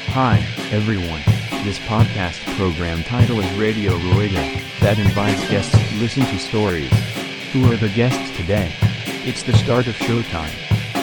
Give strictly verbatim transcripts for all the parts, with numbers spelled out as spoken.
Hi, everyone. This podcast program title is Radio Rueda, that invites guests to listen to stories. Who are the guests today? It's the start of showtime.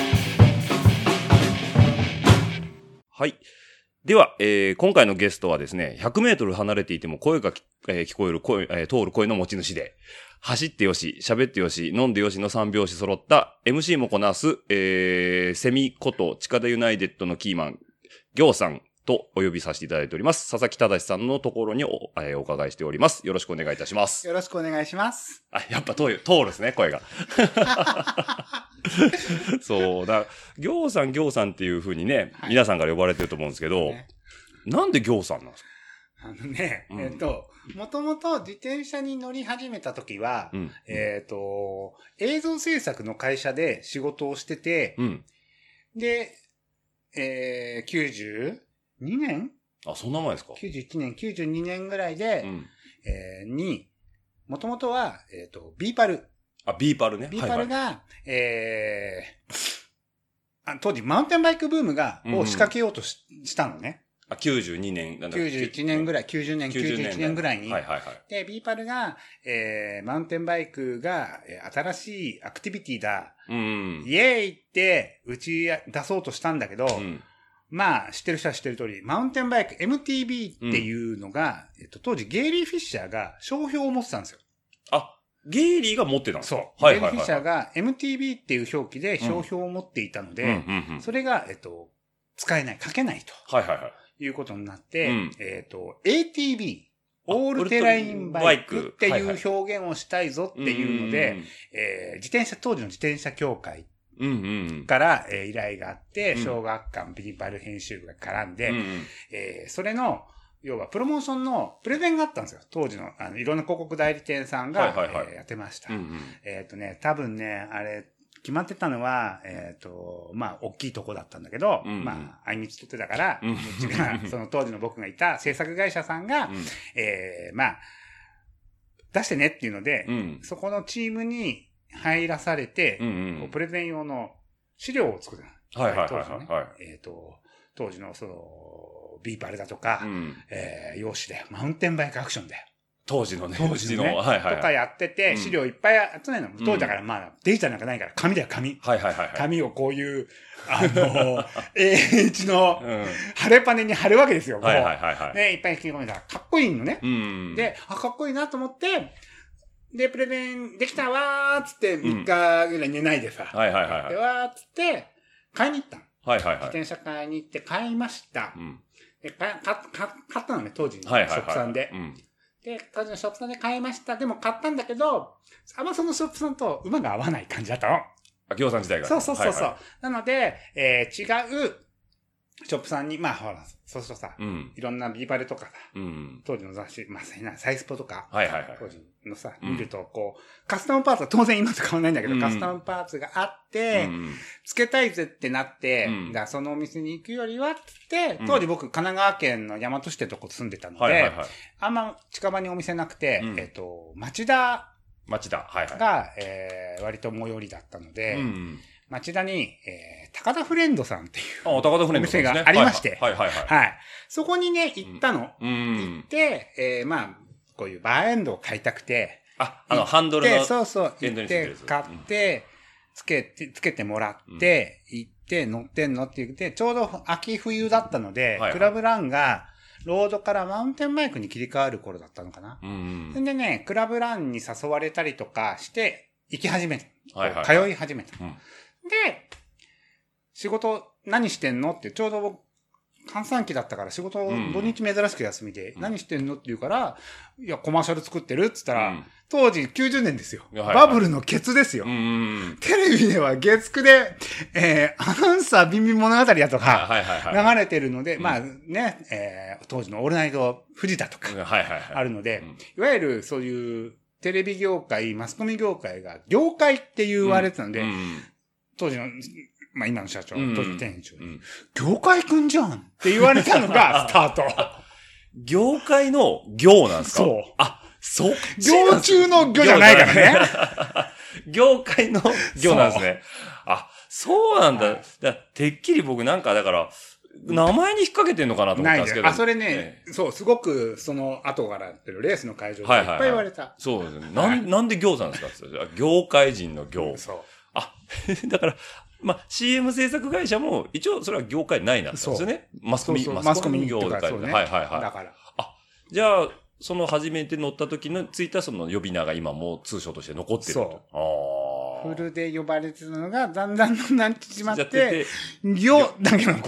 はい。では、えー、今回のゲストはですね、ひゃくメートル離れていても声が、えー、聞こえる声、えー、通る声の持ち主で、走ってよし、喋ってよし、飲んでよしの三拍子揃った エムシー もこなす、えー、セミこと近田ユナイテッドのキーマン、行さんとお呼びさせていただいております。佐々木正さんのところに お,、えー、お伺いしております。よろしくお願いいたします。 よろしくお願いします。 あ、やっぱ通る、通るですね、声が。そうだ、行さん行さんっていう風にね、はい、皆さんから呼ばれてると思うんですけど、ね、なんで行さんなんですか？ あのね、うん、えっと、もともと自転車に乗り始めた時は、うん、えっと、映像制作の会社で仕事をしてて、うん、で、えー、きゅうじゅうにねん？ あ、そんな前ですか？ きゅうじゅういちねん、きゅうじゅうにねんぐらいで、うん、えー、に、もともとは、えっと、ビーパル。 あ、ビーパルね。 ビーパルが、はいはい、えー、あ当時マウンテンバイクブームが、を仕掛けようと し,、うん、したのね。 あ、きゅうじゅうにねん、なんだきゅうじゅういちねんぐらい、きゅうじゅうねん、きゅうじゅういちねんぐらいに。 はいはいはい。 で、ビーパルが、えー、マウンテンバイクが、えー、新しいアクティビティだ。うん、イエーイって打ち出そうとしたんだけど、うん、まあ、知ってる人は知ってる通り、マウンテンバイク エムティービー っていうのが、うん、えっと、当時ゲイリー・フィッシャーが商標を持ってたんですよ。 あ、ゲイリーが持ってたんですか？ そう。はいはいはい、ゲイリー・フィッシャーが エムティービー っていう表記で商標を持っていたので、うんうんうんうん、それが、えっと、使えない、書けないと。はいはいはい。いうことになって、うん、えっと、エーティービー、オールテラインバイクっていう表現をしたいぞっていうので、はいはい、えー、自転車、当時の自転車協会から、うんうん、えー、依頼があって、うん、小学館ビーパル編集部が絡んで、うんうん、えー、それの、要はプロモーションのプレゼンがあったんですよ。当時の、あの、いろんな広告代理店さんが、はいはいはい、えー、やってました。うんうん、えっとね、多分ね、あれ、決まってたのは、えっと、まあ、大きいとこだったんだけど、うんうん、まあ、あいみつ取ってたから、うん、うちが、その当時の僕がいた制作会社さんが、うん、えー、まあ、出してねっていうので、うん、そこのチームに入らされて、うんうん、プレゼン用の資料を作る。はいはいはいはい、はい。えっと、当時のその、ビーパルだとか、うん、えー、用紙で、マウンテンバイクアクションで、 当時のね。 当時のね。はいはいはい、とかやってて、資料いっぱい集めるの。うん、当時だからまあ、デジタルなんかないから、紙だよ、紙。はいはいはい、はい。紙をこういう、あの、エーエイチ の、貼れパネに貼るわけですよ。はいはいはい、はい。で、いっぱい引き込めたら、かっこいいのね。うん、で、あ、かっこいいなと思って、で、プレゼンできたわーっつって、みっかぐらい寝ないでさ。うん、はいはいはい。で、わーっつって、買いに行ったの。はいはいはい。自転車買いに行って買いました。うん、で、か、か、か、買ったのね、当時。はいはいはい。ショップさんで。うんで、当時のショップさんで買いました。でも買ったんだけど、あんまそのショップさんと馬が合わない感じだったの。 あ、行さん自体が。 そうそうそうそう、はいはい。なので、えー、違うショップさんに、まあほら、そうするとさ、うん、いろんなビーバルとかさ、うん、当時の雑誌、まあサイスポとか、はいはいはい、当時のさ、見ると、こう、カスタムパーツは当然今と変わらないんだけど、うん、カスタムパーツがあって、うん、付けたいぜってなって、うん、だそのお店に行くよりはって、当時僕、神奈川県の大和市ってとこ住んでたので、はいはいはい、あんま近場にお店なくて、うん、えっと、町田町田、はいはい、 が、えー、割と最寄りだったので、うん町田に、えー、高田フレンドさんっていうお店がありまして、はいはいはい。はい。そこにね、行ったの。うん、行って、えー、まあ、こういうバーエンドを買いたくて、 あ、あの、ハンドルの。 そうそう、行って、買って、つけて、つけてもらって、うん、行って、乗ってんのって言って、ちょうど秋冬だったので、はいはい、クラブランが、ロードからマウンテンバイクに切り替わる頃だったのかな。うん、でね、クラブランに誘われたりとかして、行き始めた。はいはいはい、通い始めた。うんで、仕事何してんのって、ちょうど僕、閑散期だったから仕事土日珍しく休みで、うん、何してんのって言うから、いや、コマーシャル作ってるって言ったら、うん、当時きゅうじゅうねんですよ。はいはい、バブルのケツですよ、うんうん。テレビでは月九で、えー、アナウンサービンビン物語だとか、流れてるので、はいはいはい、まあね、えー、当時のオールナイト藤田とか、あるので、いわゆるそういうテレビ業界、マスコミ業界が業界って言われてたので、うんうん当時の、まあ今の社長、当時の店長に、うんうん、業界くんじゃんって言われたのがスタート。 業界の業なんですか？ そう。 あ、そう。 業中の業じゃないからね。 業界の業なんですね。あ、そうなんだ。だてっきり僕なんかだから、 名前に引っ掛けてんのかなと思ったんですけど。 あ、それね、ええ、そう、すごく、その、後からやってるレースの会場でいっぱい言われた。はいはいはい、そうですね。なん、なんで行さんですかって言ったら、業界人の業。そう。あ、だから、まあ、シーエム 制作会社も、一応それは業界内なんですよね。マスコミ、 そうそうマスコミ業界、ね。 はいはいはい。 だから。 あ、じゃあ、その初めて乗った時のついたその呼び名が今も通称として残ってると。そう。 ああ。フルで呼ばれてたのが、だんだんなってしまって、行だけ残った。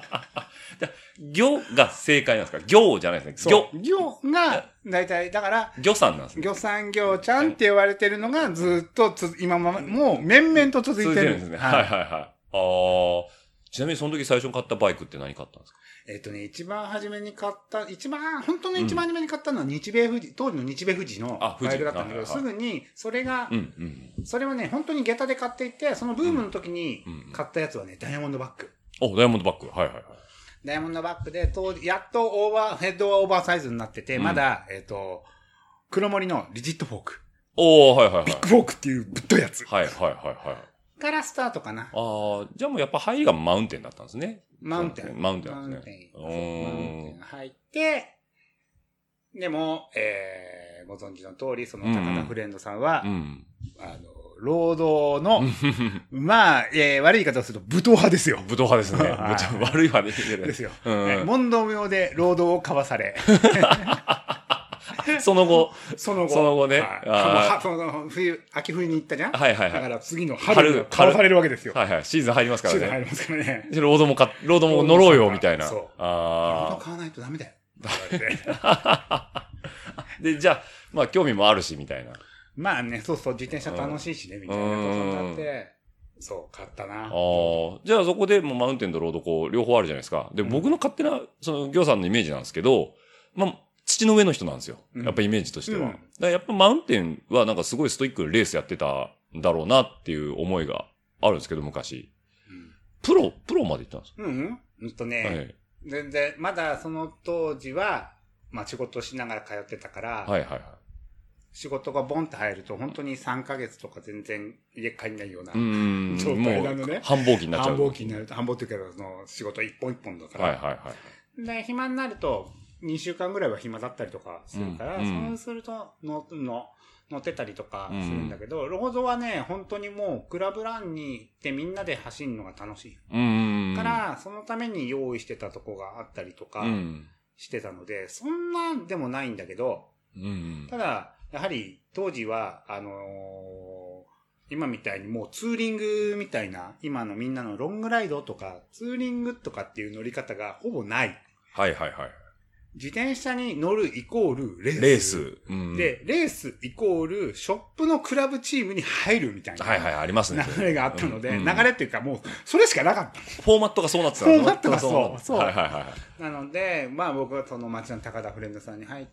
行が正解なんですか？行じゃないですね。 行。行が、だいたい、だから、 行さんなんですね。 行さん行ちゃんって言われてるのがずっとつ、今まま、もう面々と続いてる。 続いてるんですね。はいはいはい。ああ。ちなみにその時最初に買ったバイクって何買ったんですか？ えっとね、一番初めに買った、一番、本当の一番初めに買ったのは日米富士、当時の日米富士のバイクだったんだけど、すぐに、それが、うんうん、それはね、本当に下駄で買っていて、そのブームの時に買ったやつはね、ダイヤモンドバッグ。 お、ダイヤモンドバッグ。はいはいはい。 ダイヤモンドバッグで、当時、やっとオーバー、ヘッドはオーバーサイズになってて、うん、まだ、えっと、黒森のリジットフォーク。 おー、はいはいはい。 ビッグフォークっていうぶっといやつ。 はいはいはいはい。 からスタートかな。 ああ、じゃあもうやっぱ入りがマウンテンだったんですね。 マウンテン。 マウンテンなんですね。 マウンテン。マウンテン入って、でも、えー、ご存知の通り、その高田フレンドさんは、うんうん、あの、労働の、まあ、えー、悪い言い方をすると、武闘派ですよ。 武闘派ですね。悪い派で言える。 ですよ。うん、問答無用で労働を交わされ。 その後。 その後。 その後ね。 はその冬、秋冬に行ったじゃん？ はいはいはい。 だから次の春に交わされるわけですよ。 はいはい。シーズン入りますからね。 シーズン入りますからね。 労働もか、労働も乗ろうよ、みたいな。 そう。ああ。労働買わないとダメだよ。 で、じゃあ、まあ興味もあるし、みたいな。 まあね、そうそう、自転車楽しいしね、みたいなことになって、そう、買ったな。 ああ。じゃあそこでもうマウンテンとロードこう、両方あるじゃないですか。で、僕の勝手な、その、行さんのイメージなんですけど、まあ、土の上の人なんですよ。やっぱイメージとしては。うん、だからやっぱマウンテンはなんかすごいストイックにレースやってたんだろうなっていう思いがあるんですけど、昔。うん、プロ、プロまで行ったんですか？ うんうん。うんとね、はい、全然、まだその当時は、まあ仕事しながら通ってたから、はいはいはい。仕事がボンって入ると本当にさんかげつとか全然家帰んないような状態なのね。 繁忙期になっちゃう。 繁忙期になると、繁忙っていうかその仕事一本一本だから。はいはいはい。で、暇になると、にしゅうかんぐらいは暇だったりとかするから、うん、そうするとのの乗ってたりとかするんだけど、うん、ロードはね、本当にもうクラブランに行ってみんなで走るのが楽しい。うん、から、そのために用意してたとこがあったりとかしてたので、そんなでもないんだけど、うん、ただ、やはり当時は、あのー、今みたいにもうツーリングみたいな、今のみんなのロングライドとか、ツーリングとかっていう乗り方がほぼない。 はいはいはい。 自転車に乗るイコールレース。 レース。うん、 で、レースイコールショップのクラブチームに入るみたいな。 はいはい、ありますね。 流れがあったので、うんうん、流れっていうかもう、それしかなかった。 フォーマットがそうなってた。 フォーマットがそう。そう。 はいはいはい。 なので、まあ僕はその町の高田フレンドさんに入って、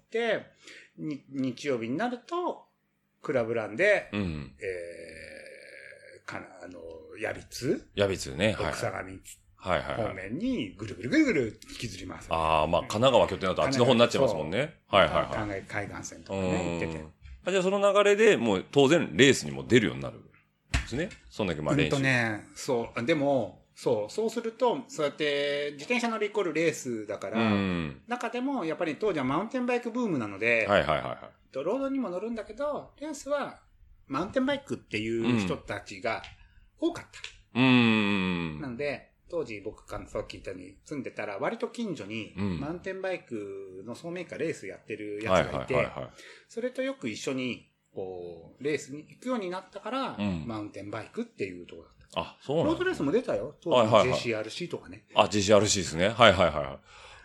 に日曜日になると、クラブランで、うん、えー、かな、あの、ヤビツヤビツね。 はい。草上。 はいはい、はい。 方面にぐるぐるぐるぐる引きずります、 ね。ああ、まあ、神奈川拠点だとあっちの方になっちゃいますもんね。はいはいはい。 海岸線とかね、行ってて。 あ、じゃあその流れでもう当然レースにも出るようになるんですね。そんだけまあ練習。 うんとね、そう。でも、そう。そうすると、そうやって自転車乗りイコールレースだから、うん、中でもやっぱり当時はマウンテンバイクブームなので、はいはいはいはい。ロードにも乗るんだけど、レースはマウンテンバイクっていう人たちが多かった。うん。なので、当時僕がさっき言ったように住んでたら割と近所にマウンテンバイクの総メーカーレースやってるやつがいて、それとよく一緒にこうレースに行くようになったから、うん、マウンテンバイクっていうところだった。 あ、そうなんだ。 ロードレースも出たよ。当時の ジェーシーアールシー とかね。 あ、ジェーシーアールシー ですね。はいはいはい。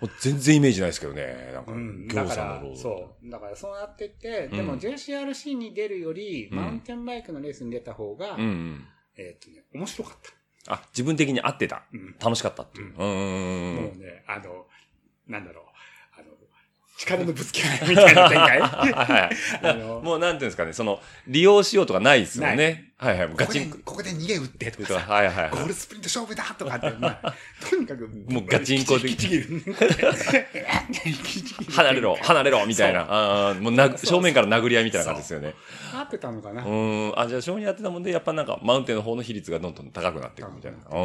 全然イメージないですけどね。なんか、うん、 だから、そう。だからそうやってって、でも ジェーシーアールシー に出るより、うん、マウンテンバイクのレースに出た方が、うん、えっとね、面白かった。 あ、自分的に合ってた。うん、楽しかったっていう。うん。うんもうね、あの、なんだろう。あの、力のぶつけ合いみたいな展開はいはい。あのもうなんていうんですかね、その、利用しようとかないですよね。 はいはい、ガチンコ。ここで逃げ打ってとかさ、 はいはいはい、 ゴールスプリント勝負だとかって、まあ、とにかく、 もうガチンコで。 引きちぎる。 離れろ、離れろみたいな。ああ、もうな正面から殴り合いみたいな感じですよね。 合ってたのかな。 うん。あ、じゃあ正面やってたもんで、やっぱなんか、マウンテンの方の比率がどんどん高くなっていくみたいな。うん。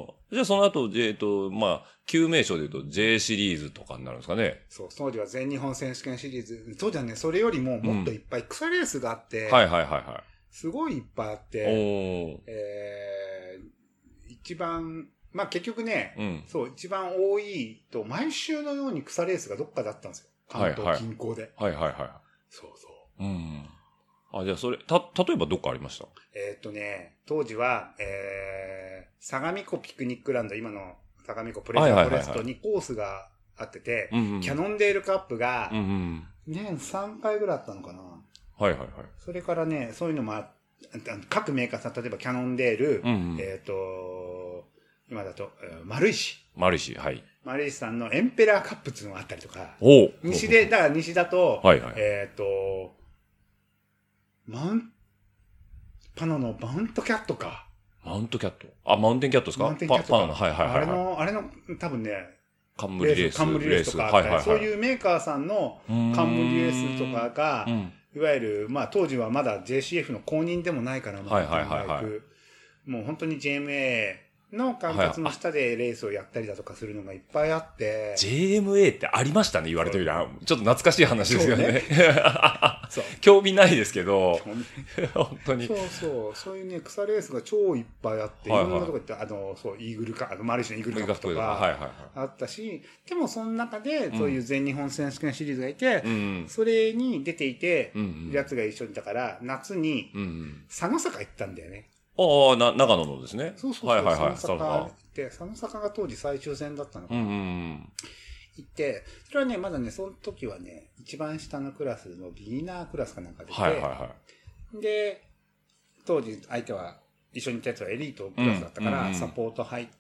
じゃあその後、えっと、まあ、救命賞で言うと J シリーズとかになるんですかね。 そう、当時は全日本選手権シリーズ。当時はね、それよりももっといっぱい草レースがあって、 うん、はいはいはいはい。 すごいいっぱいあって、 おえー、一番、まあ結局ね、 うん、 そう、一番多いと、毎週のように草レースがどっかだったんですよ。関東近郊で。 はいはい、はいはいはい。 そうそう。 うん。あ、じゃあそれ、た、例えばどっかありました？ えーっとね、当時は、えー、相模湖ピクニックランド、今の相模湖プレジャーフォレストにコースがあってて、 うんうん、 キャノンデールカップが、 うんうん、 年さんかいぐらいあったのかな。 はいはいはい。 それからね、そういうのもあ、各メーカーさん、例えばキャノンデール、 うんうん、 えっ、ー、と、今だと、丸石。 丸石、はい。 丸石さんのエンペラーカップっていうのがあったりとか、 お西で、だから西だと、 はいはい、 えっ、ー、と、マウン、パナのマウントキャットか。 マウントキャットあ、マウンテンキャットですか？ マウンテンキャットか。 パナの、はいはいはい。 あれの、あれの、多分ね、 冠レース。 冠レースとかあったり、はいはいはい、そういうメーカーさんの冠レースとかが、うん、いわゆる、まあ当時はまだ ジェーシーエフ の公認でもないから、 はいはいはいはい、 もう本当に ジェーエムエー の管轄の下でレースをやったりだとかするのがいっぱいあって。 ジェーエムエー ってありましたね、言われてみれば。ちょっと懐かしい話ですよね。そう興味ないですけど、本当に。 そうそう。そういうね、草レースが超いっぱいあって、はいはい、いろんなとこ行って、あの、そう、イーグルか、あの、マルシのイーグルカップとか、あったし、でもその中で、そういう全日本選手権シリーズがいて、うん、それに出ていて、うん、やつが一緒にいたから、夏に、佐野坂行ったんだよね。 ああ、な、長野のですね。 そうそうそう。はいはいはい。佐野坂って、佐野坂が当時最終戦だったのかな。うんうん、行って、それはね、まだね、その時はね、一番下のクラスのビギナークラスかなんかで、はいはいはい。で、当時相手は、一緒にいたやつはエリートクラスだったから、サポート入って、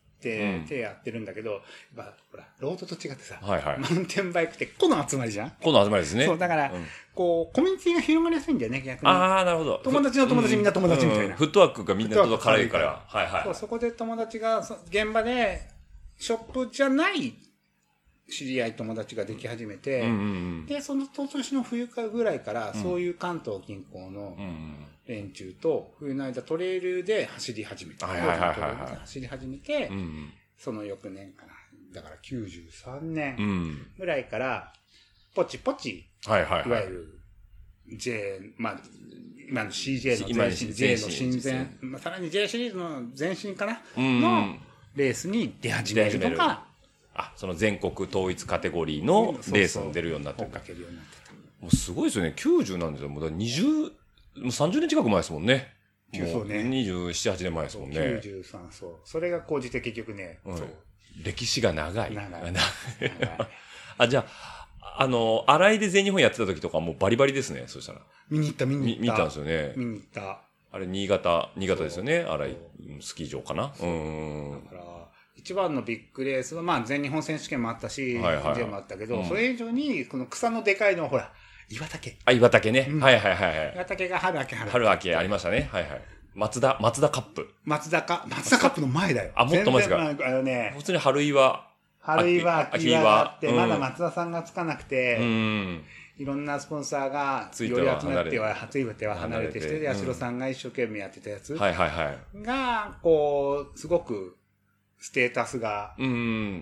手やってるんだけど、まあ、ほら、ロードと違ってさ、はいはい、マウンテンバイクって個の集まりじゃん？ 個の集まりですね。 そう、だから、うん、こう、コミュニティが広がりやすいんだよね、逆に。 ああ、なるほど。 友達の友達みんな友達みたいな。 フットワークがみんなと軽いから。はいはい。 そう、そこで友達が、現場で、ショップじゃない知り合い友達ができ始めて、うんうんうん、で、その年の冬ぐらいから、そういう関東近郊の連中と、冬の間トレイルで走り始めて、はいはいはいはい、走り始めて、うんうん、その翌年かな。だからきゅうじゅうさんねんぐらいから、ポチポチ、はいはいはい、いわゆる J、まあ、今の シージェー の前身、J の親善、まあ、さらに J シリーズの前身かな、うん、のレースに出始めるとか、 あ、その全国統一カテゴリーのレースに出るようになってる。もうすごいですよね。きゅうじゅうなんですよ。もうにじゅう、もうさんじゅうねん近く前ですもんね。そうね。にじゅうなな、はちねんまえですもんね。きゅうじゅうさん、そう。それが講じて結局ね、うん、そう。 歴史が長い。長い。長いあ、じゃあ、あの、新井で全日本やってた時とかもうバリバリですね、そしたら。 見に行った、見に行った。 見たんですよね。 見に行った。 あれ、新潟、新潟ですよね、新井スキー場かな。うん。 だから、一番のビッグレースは、まあ全日本選手権もあったし、はいはいはい、J もあったけど、うん、それ以上に、この草のでかいのはほら、岩竹。 あ、岩竹ね。うん、はいはいはい。 岩竹が春秋春秋。春秋ありましたね。はいはい。松田、松田カップ。 松田か、松田カップの前だよ。 あ、もっと前ですか。 まあ、あのね。 普通に春岩。 春岩、秋岩があって、うん、まだ松田さんがつかなくて、うん、いろんなスポンサーが、より集まっては、ついては離れてして、八代さんが一生懸命やってたやつ。 はいはいはい。 が、こう、すごく、ステータスが、 うん、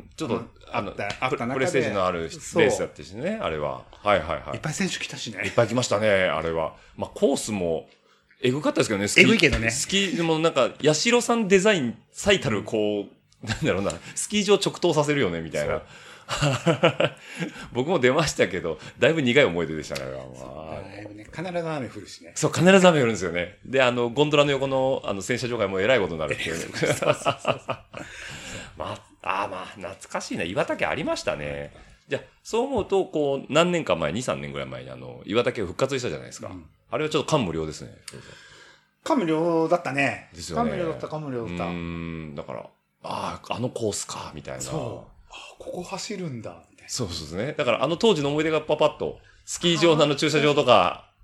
ちょっと、あった、あった中で。プレステージのあるレースだったしね、あれは。はいはいはい。 いっぱい選手来たしね。 いっぱい来ましたね、あれは。まあ、コースも、えぐかったですけどね、 スキー。えぐいけどね。 スキー、でもなんか、八代さんデザイン、最たる、こう、なんだろうな、スキー場直投させるよね、みたいな。僕も出ましたけど、だいぶ苦い思い出でしたね。 まあ、だいぶね、必ず雨降るしね。 そう、必ず雨降るんですよね。で、あの、ゴンドラの横の、あの、洗車場がもう偉いことになるっていう。そうそうそうそう。まあ、あまあ、懐かしいな。岩竹ありましたね。じゃあ、そう思うと、こう、何年か前、に、さんねんぐらい前に、あの、岩竹を復活したじゃないですか。うん、あれはちょっと感無量ですね。 感無量だったね。 ですよね。 感無量だった、感無量だった。 うん、だから、ああ、あのコースか、みたいな。 そう。ここ走るんだ、みたいな。 そうそうですね。だからあの当時の思い出がパパッと、スキー場のあの駐車場とか、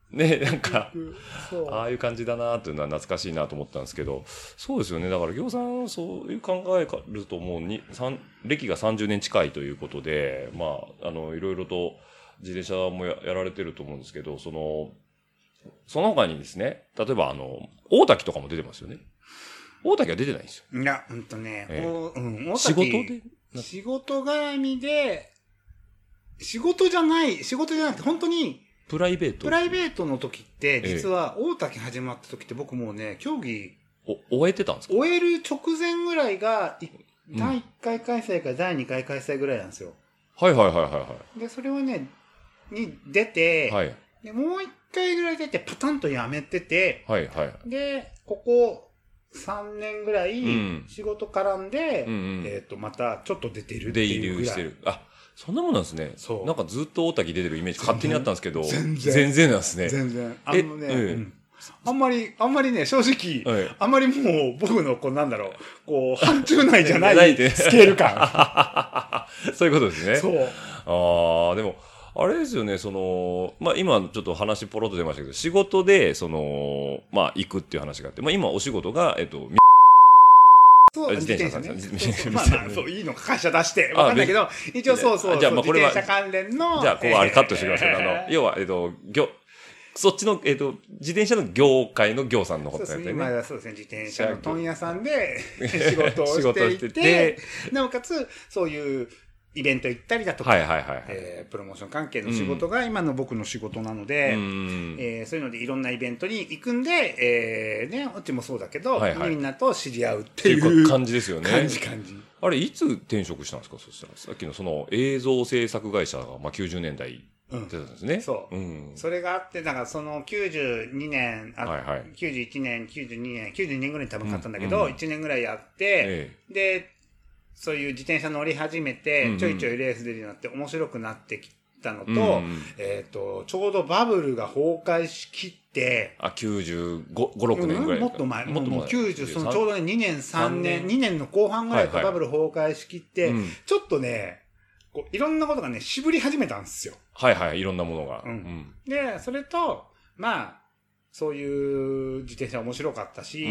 ね、なんか、ああいう感じだなというのは懐かしいなと思ったんですけど、そうですよね。だから、行さん、そういう考えがあると思うに、歴がさんじゅうねん近いということで、まあ、あの、いろいろと自転車も や, やられてると思うんですけど、その、その他にですね、例えば、あの、大滝とかも出てますよね。大滝は出てないんですよ。 いや、ほんとね、えーうん、大滝仕事で仕事絡みで、仕事じゃない、仕事じゃなくて、本当に、 プライベートプライベートの時って、実は大滝始まった時って僕もうね、競技、 お終えてたんですか？ 終える直前ぐらいが、だいいっかい開催かだいにかい開催ぐらいなんですよ。 はいはいはいはいはい。 で、それはね、に出て、 はい、 でもういっかいぐらい出てパタンとやめてて、 はいはい。 で、ここさんねんぐらい仕事絡んで、 うんうん、 えっと、またちょっと出てるっていうぐらい。 出入りしてる。あ、そんなもんなんですね。 そう。 なんかずっと大滝出てるイメージ勝手にあったんですけど、 全然。 全然なんですね。 全然。あのね、うん、あんまり、あんまりね、正直、はい、あんまりもう僕の、こうなんだろう、こう、範疇内じゃないスケール感。 そういうことですね。 そう。 ああ、でも、あれですよね、その、まあ、今ちょっと話ポロッと出ましたけど、仕事で、その、まあ、行くっていう話があって、まあ、今お仕事が、えっと、 そう、自転車ね。そうそうまあまあ、そう、いいのか、会社出して。わかんないけど、一応そうそう。 じゃあ、まあ、これは。 自転車関連の。 じゃあ、ここはあれカットしてください。あの、要は、えっと、業、そっちの、えっと、自転車の業界の業さんのことだよね。 今はそうですね、自転車の問屋さんで仕事をしていて、なおかつ、そういう、イベント行ったりだとか、 はいはいはい、 えー、プロモーション関係の仕事が今の僕の仕事なので、うんえー、そういうのでいろんなイベントに行くんで、えー、ね、こっちもそうだけど、はいはい、みんなと知り合うっていう感じですよね。 感じ感じ。 あれ、いつ転職したんですか？そしたら、さっきのその映像制作会社が、まあ、きゅうじゅうねんだい出てたんですね。 うん、そう、うん。それがあって、だからそのきゅうじゅうにねん、あはいはい、きゅうじゅういちねん、きゅうじゅうにねん、きゅうじゅうにねんぐらいに多分買ったんだけど、うんうん、いちねんぐらいやって、ええ、で、そういう自転車乗り始めて、うんうん、ちょいちょいレース出るようになって面白くなってきたのと、うんうん、えっ、ー、と、ちょうどバブルが崩壊しきって、 あ、きゅうじゅうご、ろくねんぐらい、 うん、もっと前、もっと前。もうきゅうじゅう、そのちょうどね、にねん、さんねん、にねんの後半ぐらいからバブル崩壊しきって、はいはい、ちょっとね、こういろんなことがね、渋り始めたんですよ。 はいはい、いろんなものが。 うんうん、で、それと、まあ、そういう自転車面白かったし、うん、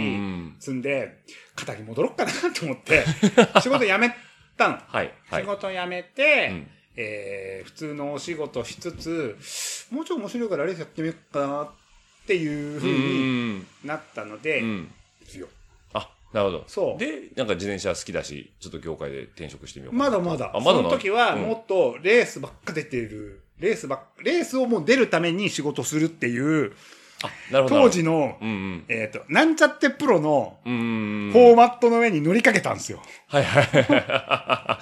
積んで、肩に戻ろっかなと思って、仕事辞めたの。はいはい、仕事辞めて、うんえー、普通のお仕事しつつ、もうちょい面白いからレースやってみようかなっていう風になったので、うんうん、ですよ。 あ、なるほど。そう。で、なんか自転車好きだし、ちょっと業界で転職してみようかな。まだまだ。あ、まだその時はもっとレースばっか出てる、レースばっか、レースをもう出るために仕事するっていう、あなるほど当時の、うんうん、えっ、ー、と、なんちゃってプロのフォーマットの上に乗りかけたんですよ。 はいはい。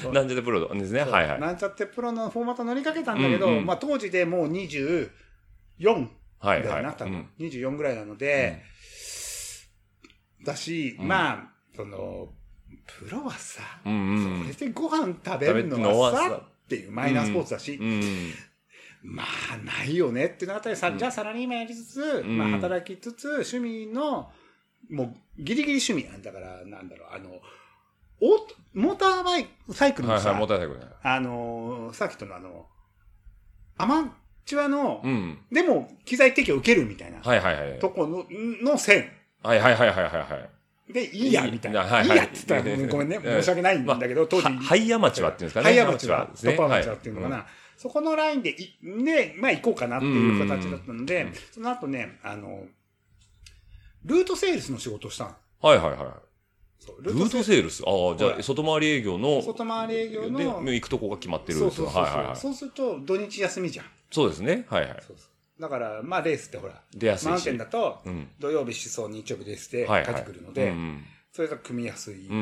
なんちゃってプロですね。はいはい。 なんちゃってプロのフォーマット乗りかけたんだけど、うんうん、まあ当時でもうにじゅうよんぐらいになったの。はいはい、にじゅうよんぐらいなので、うん、だし、うん、まあ、その、プロはさ、うんうん、それでご飯食べるのはさ、っていうマイナースポーツだし、うんうんまあ、ないよねってなったらさ、うん、じゃあサラリーマンやりつつ、うん、まあ働きつつ、趣味の、もうギリギリ趣味なんだから、なんだろう、あの、オモーターバイク、サイクルのさ、はいはい、モーターサイクルね。あの、さっきとのあの、アマチュアの、うん、でも機材提供受けるみたいな、はいはいはい。とこの、の線。 はいはいはいはいはいはい。 で、いいや、みたいな。はいはい、いいやって言ったら、ごめんね、申し訳ないんだけど、まあ、当時。 ハイアマチュアっていうんですかね。 ハイアマチュア、トップアマチュアっていうのかな。はいうんそこのラインで、い、で、まあ行こうかなっていう形だったので、その後ね、あの、ルートセールスの仕事をしたの。 はいはいはい。そうルートセールスああ、じゃあ、外回り営業の。 外回り営業の。 で、行くとこが決まってる。 そうそうそう。はいはいはい、そうすると、土日休みじゃん。 そうですね。はいはい。そうそうだから、まあレースってほら、 出やすいし。 マウンテンだと、うん、土曜日思想日曜日レースで帰ってくるので、はいはいうんうん、それが組みやすい。うん、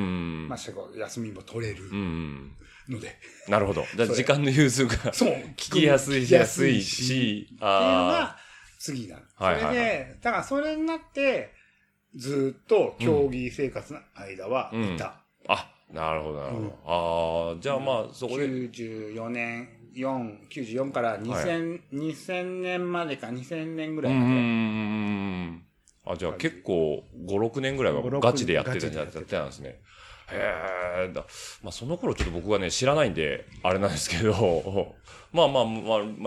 まあ、休みも取れる。うんので。 なるほど。じゃあ時間の融通がそう聞きやすいしやすいし、 っていうのが次なの。はいはいはい、それで、だからそれになって、ずっと競技生活の間はいた。うんうん、 あ、なるほどなるほど。うん、ああ、じゃあまあそこで。 きゅうじゅうよねん、よん、きゅうじゅうよんからにせん、はい、にせんねんまでか、にせんねんぐらいまで。うん。 あ、じゃあ結構ご、ろくねんぐらいはガチでやってたんやってたんですね。へえ、だ、まあその頃ちょっと僕はね知らないんであれなんですけど、まあまあまあまあ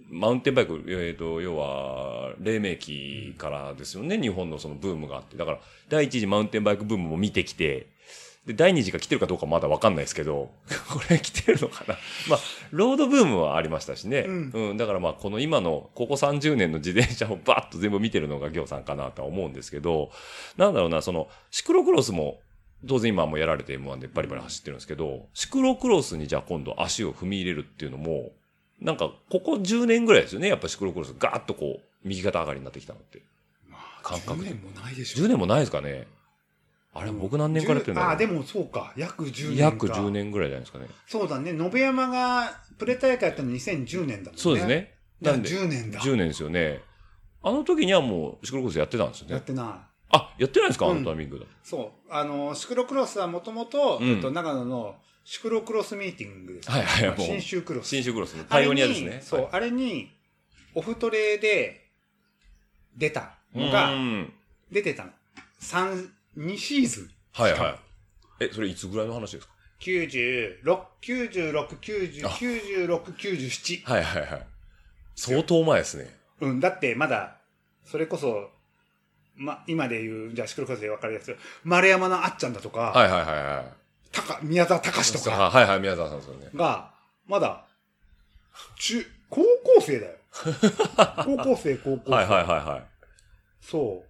マウンテンバイク、えっと、要は、黎明期からですよね、日本のそのブームがあって。だから、第一次マウンテンバイクブームも見てきて、で、第二次が来てるかどうかまだわかんないですけど、これ来てるのかな。まあ、ロードブームはありましたしね。うん。うん、だからまあ、この今の、ここさんじゅうねんの自転車をバッと全部見てるのが行さんかなとは思うんですけど、なんだろうな、その、シクロクロスも、当然今もやられて エムワン でバリバリ走ってるんですけど、シクロクロスにじゃあ今度足を踏み入れるっていうのも、なんか、ここじゅうねんぐらいですよね。やっぱシクロクロスガーッとこう、右肩上がりになってきたのって。 まあ、感覚。じゅうねんもないでしょ。 じゅうねんもないですかね。あれ、僕何年からやってるんだろう。 あ、でもそうか。約じゅうねんか。 約じゅうねんぐらいじゃないですかね。 そうだね。延山がプレ大会やったのにせんじゅうねんだもんね。 そうですね。 なんでじゅうねんだ。 じゅうねんですよね。あの時にはもうシクロクロスやってたんですよね。 やってない。 あ、やってないですか、あのタイミングだ。 そう。あの、シクロクロスはもともと、えっと、長野のシクロクロスミーティングです。 はいはい、もう。 新州クロス。 新州クロスのパイオニアですね。 そう、あれに、オフトレで出たのが、出てたの。三、にシーズン。 はいはい。え、それいつぐらいの話ですか？ きゅうじゅうろく、きゅうじゅうろく、きゅうじゅう、きゅうじゅうろく、きゅうじゅうなな。 はいはいはい。相当前ですね。 うん、だってまだ、それこそ、ま、今で言う、じゃあシクロクロスで分かるやつ、丸山のあっちゃんだとか、 はいはいはいはい。 たか、宮沢隆とか。 はいはい、宮沢さんですよね。 が、まだ、中、高校生だよ。高校生、高校生。 はいはいはいはい。 そう。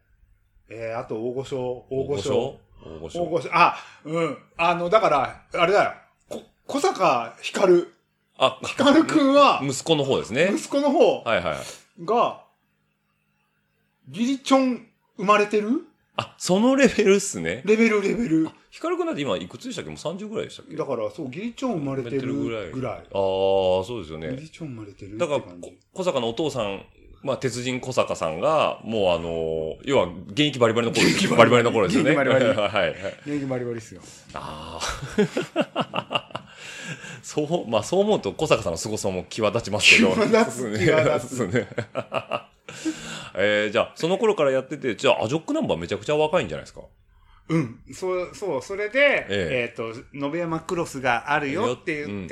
えー、あと大御所、大御所。 大御所。大御所。あ、うん。あの、だから、あれだよ。こ、小坂光。 あ、 光くんは、 息子の方ですね。 息子の方。 はいはい。 が、ギリチョン生まれてる？ あ、そのレベルっすね。 レベルレベル。 光くんなんて今いくつでしたっけ？もうさんじゅうぐらいでしたっけ？ だから、そう、ギリチョン生まれてるぐらい。ぐらい。ああ、 そうですよね。 ギリチョン生まれてる。 だから、小坂のお父さん、まあ、鉄人小坂さんが、もうあの、要は、現役バリバリの頃ですよ。バリバリの頃ですよね。 現役バリバリ。 はい。 現役バリバリですよ。 ああ。そう、まあ、そう思うと小坂さんの凄さも際立ちますけど。 際立つ。際立つね。 えー、じゃあ、その頃からやってて、じゃあ、アジョックナンバーめちゃくちゃ若いんじゃないですか？ うん。そう、そう、それで、えっ、ー、と、延山クロスがあるよって言って、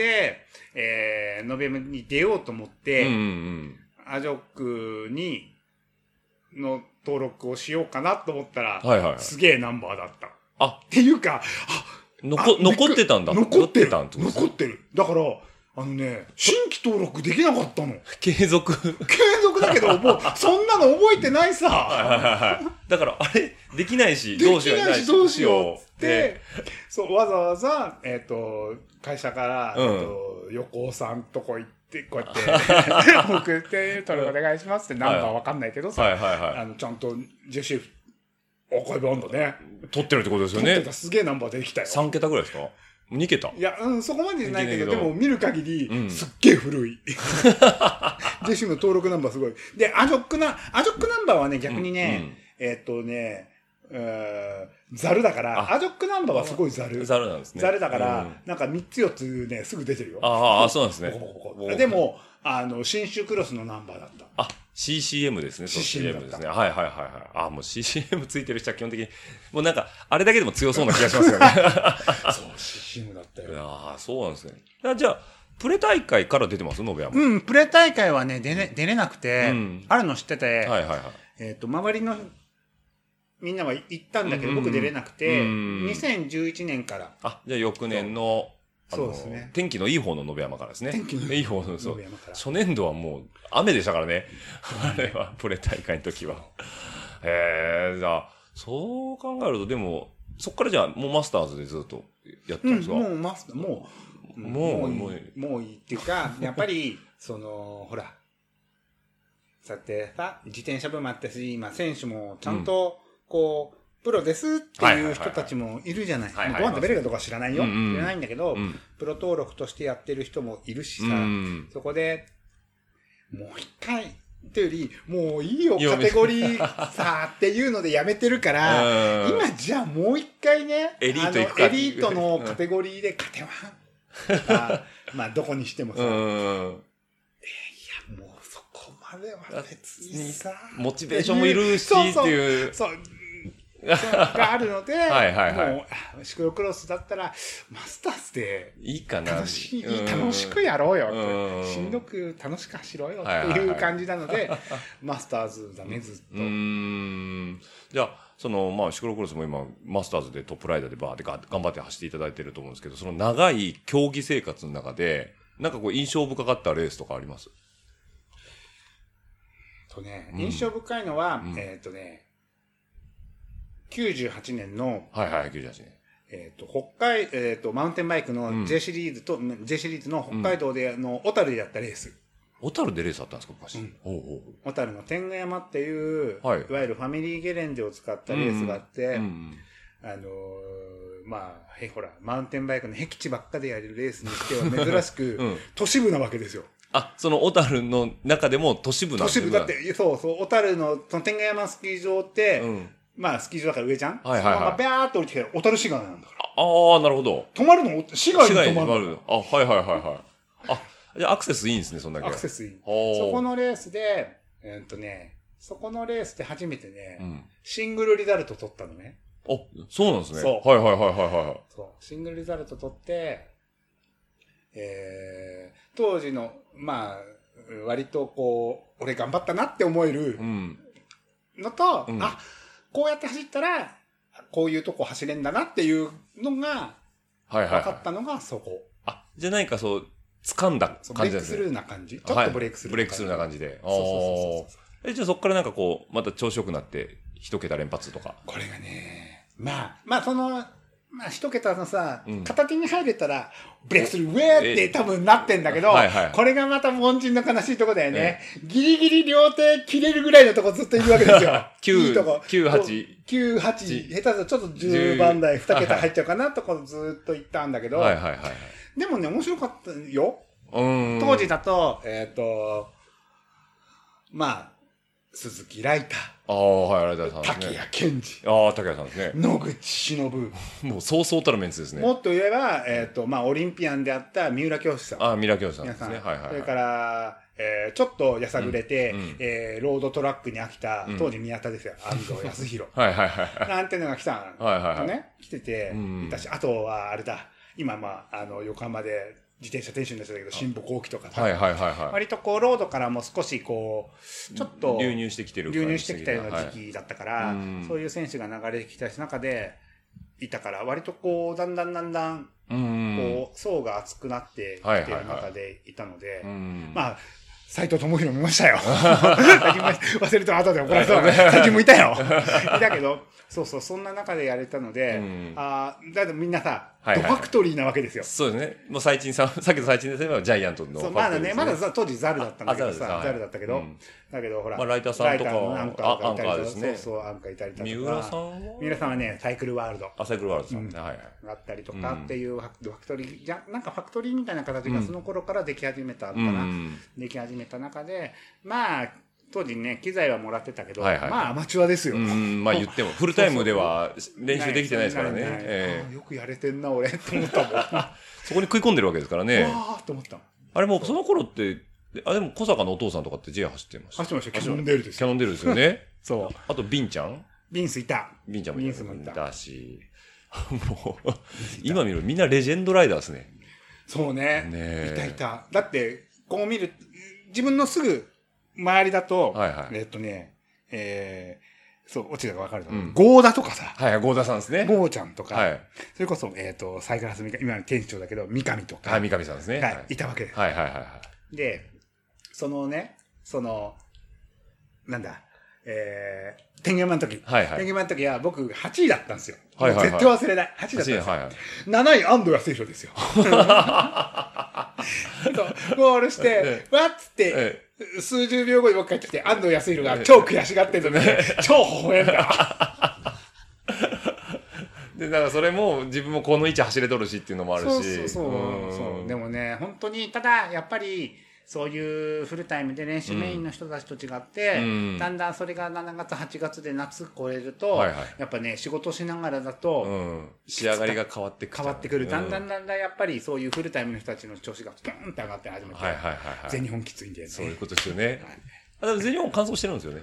うん、えー、延山に出ようと思って、うんうんうん、アジョックに、の登録をしようかなと思ったら、はいはいはい、すげえナンバーだった。あっていうか、 あ残、残ってたんだ。 残ってる。残ってる。だから、あのね、新規登録できなかったの。 継続。 継続だけど、もう、そんなの覚えてないさ。 はいはいはい。だから、あれ、できないし、どうしよう。 できないし、どうしよう。って、そう、わざわざ、えっと、会社から、えっと、横尾さんとこ行って、こうやって、送って、登録お願いしますって、ナンバーわかんないけどさ、はいはいはい。あの、ちゃんと、ジェシー、アーカイブあんだね。 取ってるってことですよね。 取ってた、すげえナンバー出てきたよ。 さん桁ぐらいですか？に桁？ いや、うん、そこまでじゃないけど、でも見る限り、うん、すっげえ古い。ジェシーの登録ナンバーすごい。で、アジョックな、アジョックナンバーはね、逆にね、うんうん、えー、っとね、ザルだから、アジョックナンバーはすごいザル。 ザルなんですね。 ザルだから、うん、なんかみっつよっつね、すぐ出てるよ。 ああ、そうなんですね。 でも、あの、新州クロスのナンバーだった。 あ、シーシーエム ですね。 シーシーエムですね。はいはいはいはい。あ、もう シーシーエム ついてる人は基本的に、もうなんか、あれだけでも強そうな気がしますよね。 そう、シーシーエム だったよ。 ああ、そうなんですね。じゃあ、プレ大会から出てます延山。 うん、プレ大会はね、出れ、出れなくて、うん、あるの知ってて、はいはいはい。 えっと、周りのみんなは行ったんだけど、うんうん、僕出れなくて、うん、にせんじゅういちねんから。 あ、じゃあ翌年の、 そうですね。 天気のいい方の延山からですね。 天気のいい方の、そう。初年度はもう雨でしたからね。あれは、プレ大会の時は。へえ、じゃあ、そう考えると、でも、そっからじゃあ、もうマスターズでずっとやってたんですか？ うん、もうマスター、もう、 もう、 もう、もういいっていうか、やっぱり、その、ほら、さてさ、自転車部もあったし、今、選手もちゃんと、こう、うんプロですっていう人たちもいるじゃない。ご飯食べれるかどうか知らないよ。知らないんだけど、うん、プロ登録としてやってる人もいるしさ、うん、そこで、もう一回っていうより、もういいよ、カテゴリーさっていうのでやめてるから、今じゃあもう一回ね、 エリート行くかエリートのカテゴリーで勝てはん。あまあ、どこにしてもさ、えー、いや、もうそこまでは別にさ、 モチベーションもいるしっていう。 そうそうそうがあるので、 はいはいはい、 もう、シクロクロスだったら、マスターズで、 いいかな。 楽しい、楽しくやろうよって、しんどく楽しく走ろうよっていう感じなので、はいはいはい、マスターズだね、ずっと。うーん。じゃあ、その、まあ、シクロクロスも今、マスターズでトップライダーでバーって頑張って走っていただいてると思うんですけど、その長い競技生活の中で、なんかこう、印象深かったレースとかあります？ とね、印象深いのは、うん、えっとね、きゅうじゅうはちねんの、 はいはい、きゅうじゅうはちねん。 えっと、北海、えっと、マウンテンバイクの J シリーズと、うん、J シリーズの北海道で、あの、小樽でやったレース。 小樽でレースあったんですか、昔。うん。 ほうほう。小樽の天狗山っていう、はい、いわゆるファミリーゲレンデを使ったレースがあって、うんうん、あのー、まあ、へ、ほら、マウンテンバイクの僻地ばっかでやるレースにしては珍しく、うん、都市部なわけですよ。 あ、その小樽の中でも都市部なんですか？都市部だって、そうそう、小樽の、その天狗山スキー場って、うん、まあ、スキー場だから上じゃん、はいはいはい、そのままビャーっと降りてきたら小樽市街なんだから。 ああ、なるほど。 止まるの市街に止まるの。 あ、はいはいはいはい。あ、じゃあアクセスいいんですね、そんだけ。 アクセスいい。そこのレースで、えー、っとね、そこのレースで初めてね、うん、シングルリザルト取ったのね。 あ、そうなんですね。そう。はいはいはいはいはい。 そう。シングルリザルト取って、えー、当時の、まあ、割とこう、俺頑張ったなって思えるのと、うん、あ、こうやって走ったら、こういうとこ走れんだなっていうのが、分かったのがそこ。はいはいはい、あ、 じゃあ何かそう、掴んだ感じですね。 ブレイクスルーな感じ。ちょっとブレイクスルーな感じ。 ブレイクスルーな感じで。 そうそうそうそう。 え、じゃあそこからなんかこう、また調子良くなって、一桁連発とか。 これがね、まあ、まあその、まあ一桁のさ、うん、片手に入れたら、ブレイクスルー、ウェーって多分なってんだけど、はいはい、これがまた凡人の悲しいとこだよね。ギリギリ両手切れるぐらいのとこずっといるわけですよ。 きゅう、いいとこ。きゅう、はち。 きゅう、はち。下手だとちょっとじゅうばん台、に桁入っちゃうかなとこずっといったんだけど、はいはいはいはい、でもね、面白かったよ。うん当時だと、えっ、ー、と、まあ、鈴木ライター。 ああ、はい、ライターさん、ね。 竹谷健二。 ああ、竹谷さんですね。 野口忍。 もうそうそうたるメンツですね。 もっと言えば、えっ、ー、と、まあ、オリンピアンであった三浦教師さん。 ああ、三浦教師さんですね。はいはい、はい。 それから、えー、ちょっとやさぐれて、うんえー、ロードトラックに飽きた、うん、当時宮田ですよ。安藤康弘。はいはいはい。なんていうのが来たの。はいはいはい。ね、来てて、うん、いたし、あとは、あれだ、今まあ、あの、横浜で、自転車店主になっちゃったけど、新保幸喜とかさ、はいはいはいはい、割とこう、ロードからも少しこう、ちょっと、 流入してきてる流入してきたような時期だったから、はい、そういう選手が流れてきた中で、いたから、割とこう、だんだんだんだん、こう、層が厚くなってきてる中でいたので、まあ、斉藤智弘見ましたよ。最近忘れて後で怒られそうな。最近もいたよ。いたけど、そうそう、そんな中でやれたので、うん、あだってみんなさ、はいはい、ドファクトリーなわけですよ。 そうですね。もう最近さ、さっきの最近ですね、ジャイアントの、ね。そう、 まだね、まだ当時ザルだったんだけどさ、ザル,、はい、ザルだったけど、うん、だけどほら、 まあ、ライターさんとか、 アンカーがいたりとか、そうそう、アンカーいたりとか。 三浦さんは三浦さんはね、サイクルワールド。 あ、サイクルワールドさんね、うん、はいはい。 あったりとかっていう、ドファクトリー、じゃ、なんかファクトリーみたいな形がその頃からでき始めたかな、うん、でき始めた中で、まあ、当時ね、機材はもらってたけど、はいはい、まあアマチュアですよ。 うん、まあ言っても、フルタイムでは練習できてないですからね。えー、よくやれてんな、俺、と思ったもん。 そこに食い込んでるわけですからね。 わーと思った。 あれも、その頃って、あ、でも小坂のお父さんとかって J 走ってました。 走ってました。キャノンデールですよ。 キャノンデールですよね。 そう。 あと、ビンちゃんビンスいた。 ビンちゃんもいたし。もう、今見るみんなレジェンドライダーですね。 そうね。ねいたいた。だって、こう見る、自分のすぐ、周りだと、はいはい、えっとね、えー、そう、落ちたか分かると思う。ゴーダとかさ。 はい、ゴーダさんですね。 ゴーちゃんとか。はい。それこそ、えっ、ー、と、サイクラスミカ、今の店長だけど、三上とか。 はい、三上さんですね。 はい、いたわけです。 はいはいはいはい。 で、そのね、その、なんだ、えー、天狗山の時。はいはい。天狗山の時は僕はちいだったんですよ。はいはいはい。絶対忘れない。はちいだったんですよ。はいはい、なない安藤康弘ですよ。ゴールして、わっつって、ええ、数十秒後に僕帰ってきて、安藤康弘が超悔しがってるので、超微笑んだ。 で、だからそれも自分もこの位置走れとるしっていうのもあるし。そうそうそう。 そうでもね、本当に、ただ、やっぱり、そういうフルタイムで練習メインの人たちと違って、うん、だんだんそれがしちがつ、はちがつで夏超えると、はいはい、やっぱね、仕事しながらだと、うん、 仕上がりが変わってくる。 変わってくる。だんだんだんだんやっぱりそういうフルタイムの人たちの調子がドーンって上がって始めて、はいはいはいはい、全日本きついんだよね。 そういうことですよね。はい、あ、全日本完走してるんですよね。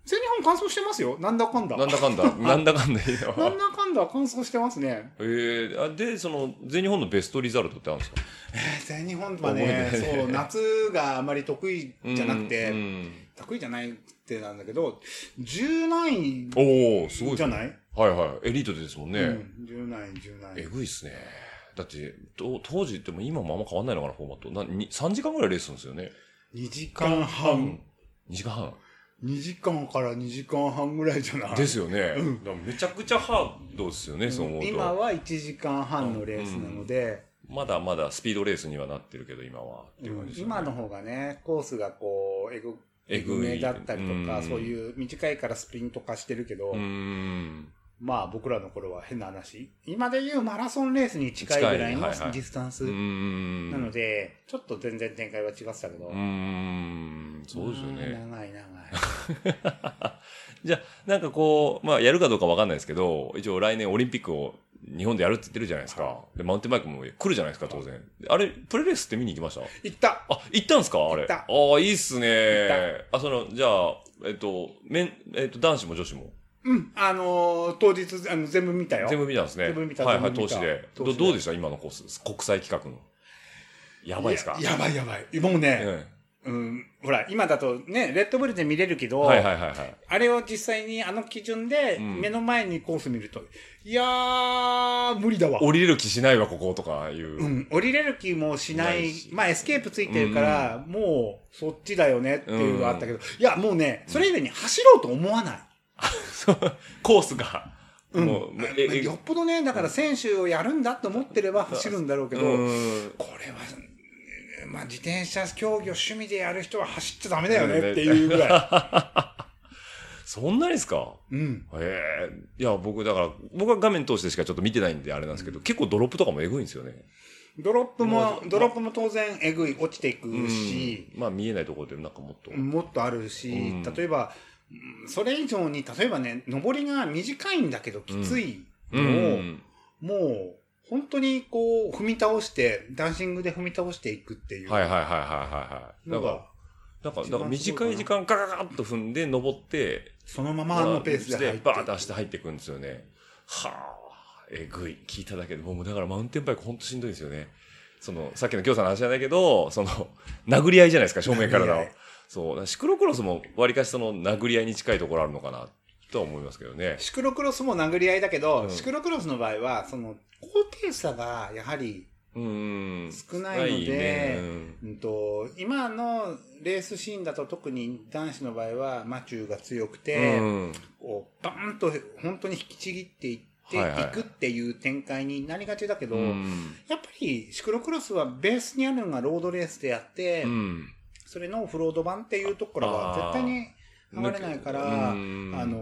全日本完走してますよ。なんだかんだ。 なんだかんだ。なんだかんだいいな。 なんだかんだ完走してますね。 えー、で、その、全日本のベストリザルトってあるんですか？ えー、全日本はね、そう、夏があまり得意じゃなくて、うんうん、得意じゃないってなんだけど、じゅう何位おー、すごいじゃない？ はいはい。エリートですもんね。うん、 じゅう何位、じゅう何位。 えぐいっすね。だって、当時っても今もあんま変わんないのかな、フォーマット。なさんじかんぐらいレースするんですよね。 にじかんはん。 にじかんはん。 にじかんからにじかんはんぐらいじゃないですよね。うん、だめちゃくちゃハードですよね、うん、そう思うと。 今はいちじかんはんのレースなので、 うん、まだまだスピードレースにはなってるけど、今は。っていう感じですよね。 今の方がね、コースがこう、えぐ、えぐめだったりとか、うん、そういう短いからスプリント化してるけど、うん、まあ僕らの頃は変な話。今でいうマラソンレースに近いぐらいのディスタンス。なので、ちょっと全然展開は違ってたけど。うーん、そうですよね。 長い長い。 じゃあ、なんかこう、まあやるかどうかわかんないですけど、一応来年オリンピックを日本でやるって言ってるじゃないですか。はい、で、マウンテンバイクも来るじゃないですか、当然。あれ、プレレースって見に行きました？ 行った。 あ、行ったんですかあれ。 行った。 ああ、いいっすね。あ、その、じゃあ、えっと、men、えっと、男子も女子も。 うん。あのー、当日、あの、全部見たよ。 全部見たんですね。 全部見た。 はいはい、投資で。ど、どうでした今のコース、国際企画の。やばいですか？ や、やばいやばい。もうね、うん、うん、ほら、今だとね、レッドブルで見れるけど、 はいはいはいはい。 あれを実際にあの基準で、目の前にコース見ると、うん、いやー、無理だわ。 降りれる気しないわ、こことかいう。 うん、降りれる気もしない。まあ、エスケープついてるから、うん、もう、そっちだよねっていうのがあったけど、うん、いや、もうね、それ以前に走ろうと思わない。 コースが。 うん、もうえよっぽどね、だから選手をやるんだと思ってれば走るんだろうけど、うん、これは、まあ自転車競技を趣味でやる人は走っちゃダメだよねっていうぐらい。 そんなにですか？うん。へえ。いや、僕、だから、僕は画面通してしかちょっと見てないんであれなんですけど、うん、結構ドロップとかもエグいんですよね。 ドロップも、ドロップも当然エグい、落ちていくし、 うん、まあ見えないところでなんかもっと。 もっとあるし、うん、例えば、それ以上に、例えばね、上りが短いんだけどきついのを、うん、もう、本当にこう、踏み倒して、ダンシングで踏み倒していくっていう。 はいはいはいはいはい。だから、なんか、なんか短い時間ガガガッと踏んで登って、 そのままのペースで入って。 バーッと足して入っていくんですよね。はぁ、えぐい。聞いただけで、もうだからマウンテンバイクほんとしんどいですよね。その、さっきの京さんの話じゃないけど、その、殴り合いじゃないですか、正面からの。そう、シクロクロスも割かしその殴り合いに近いところあるのかな、とは思いますけどね。 シクロクロスも殴り合いだけど、うん、シクロクロスの場合は、その、高低差がやはり、少ないので、ねうんうんと、今のレースシーンだと特に男子の場合はマチューが強くて、うん、こうバーンと本当に引きちぎっていっていくっていう展開になりがちだけど、はいはい、やっぱりシクロクロスはベースにあるのがロードレースであって、うん、それのオフロード版っていうところは絶対に剥がれないから、あの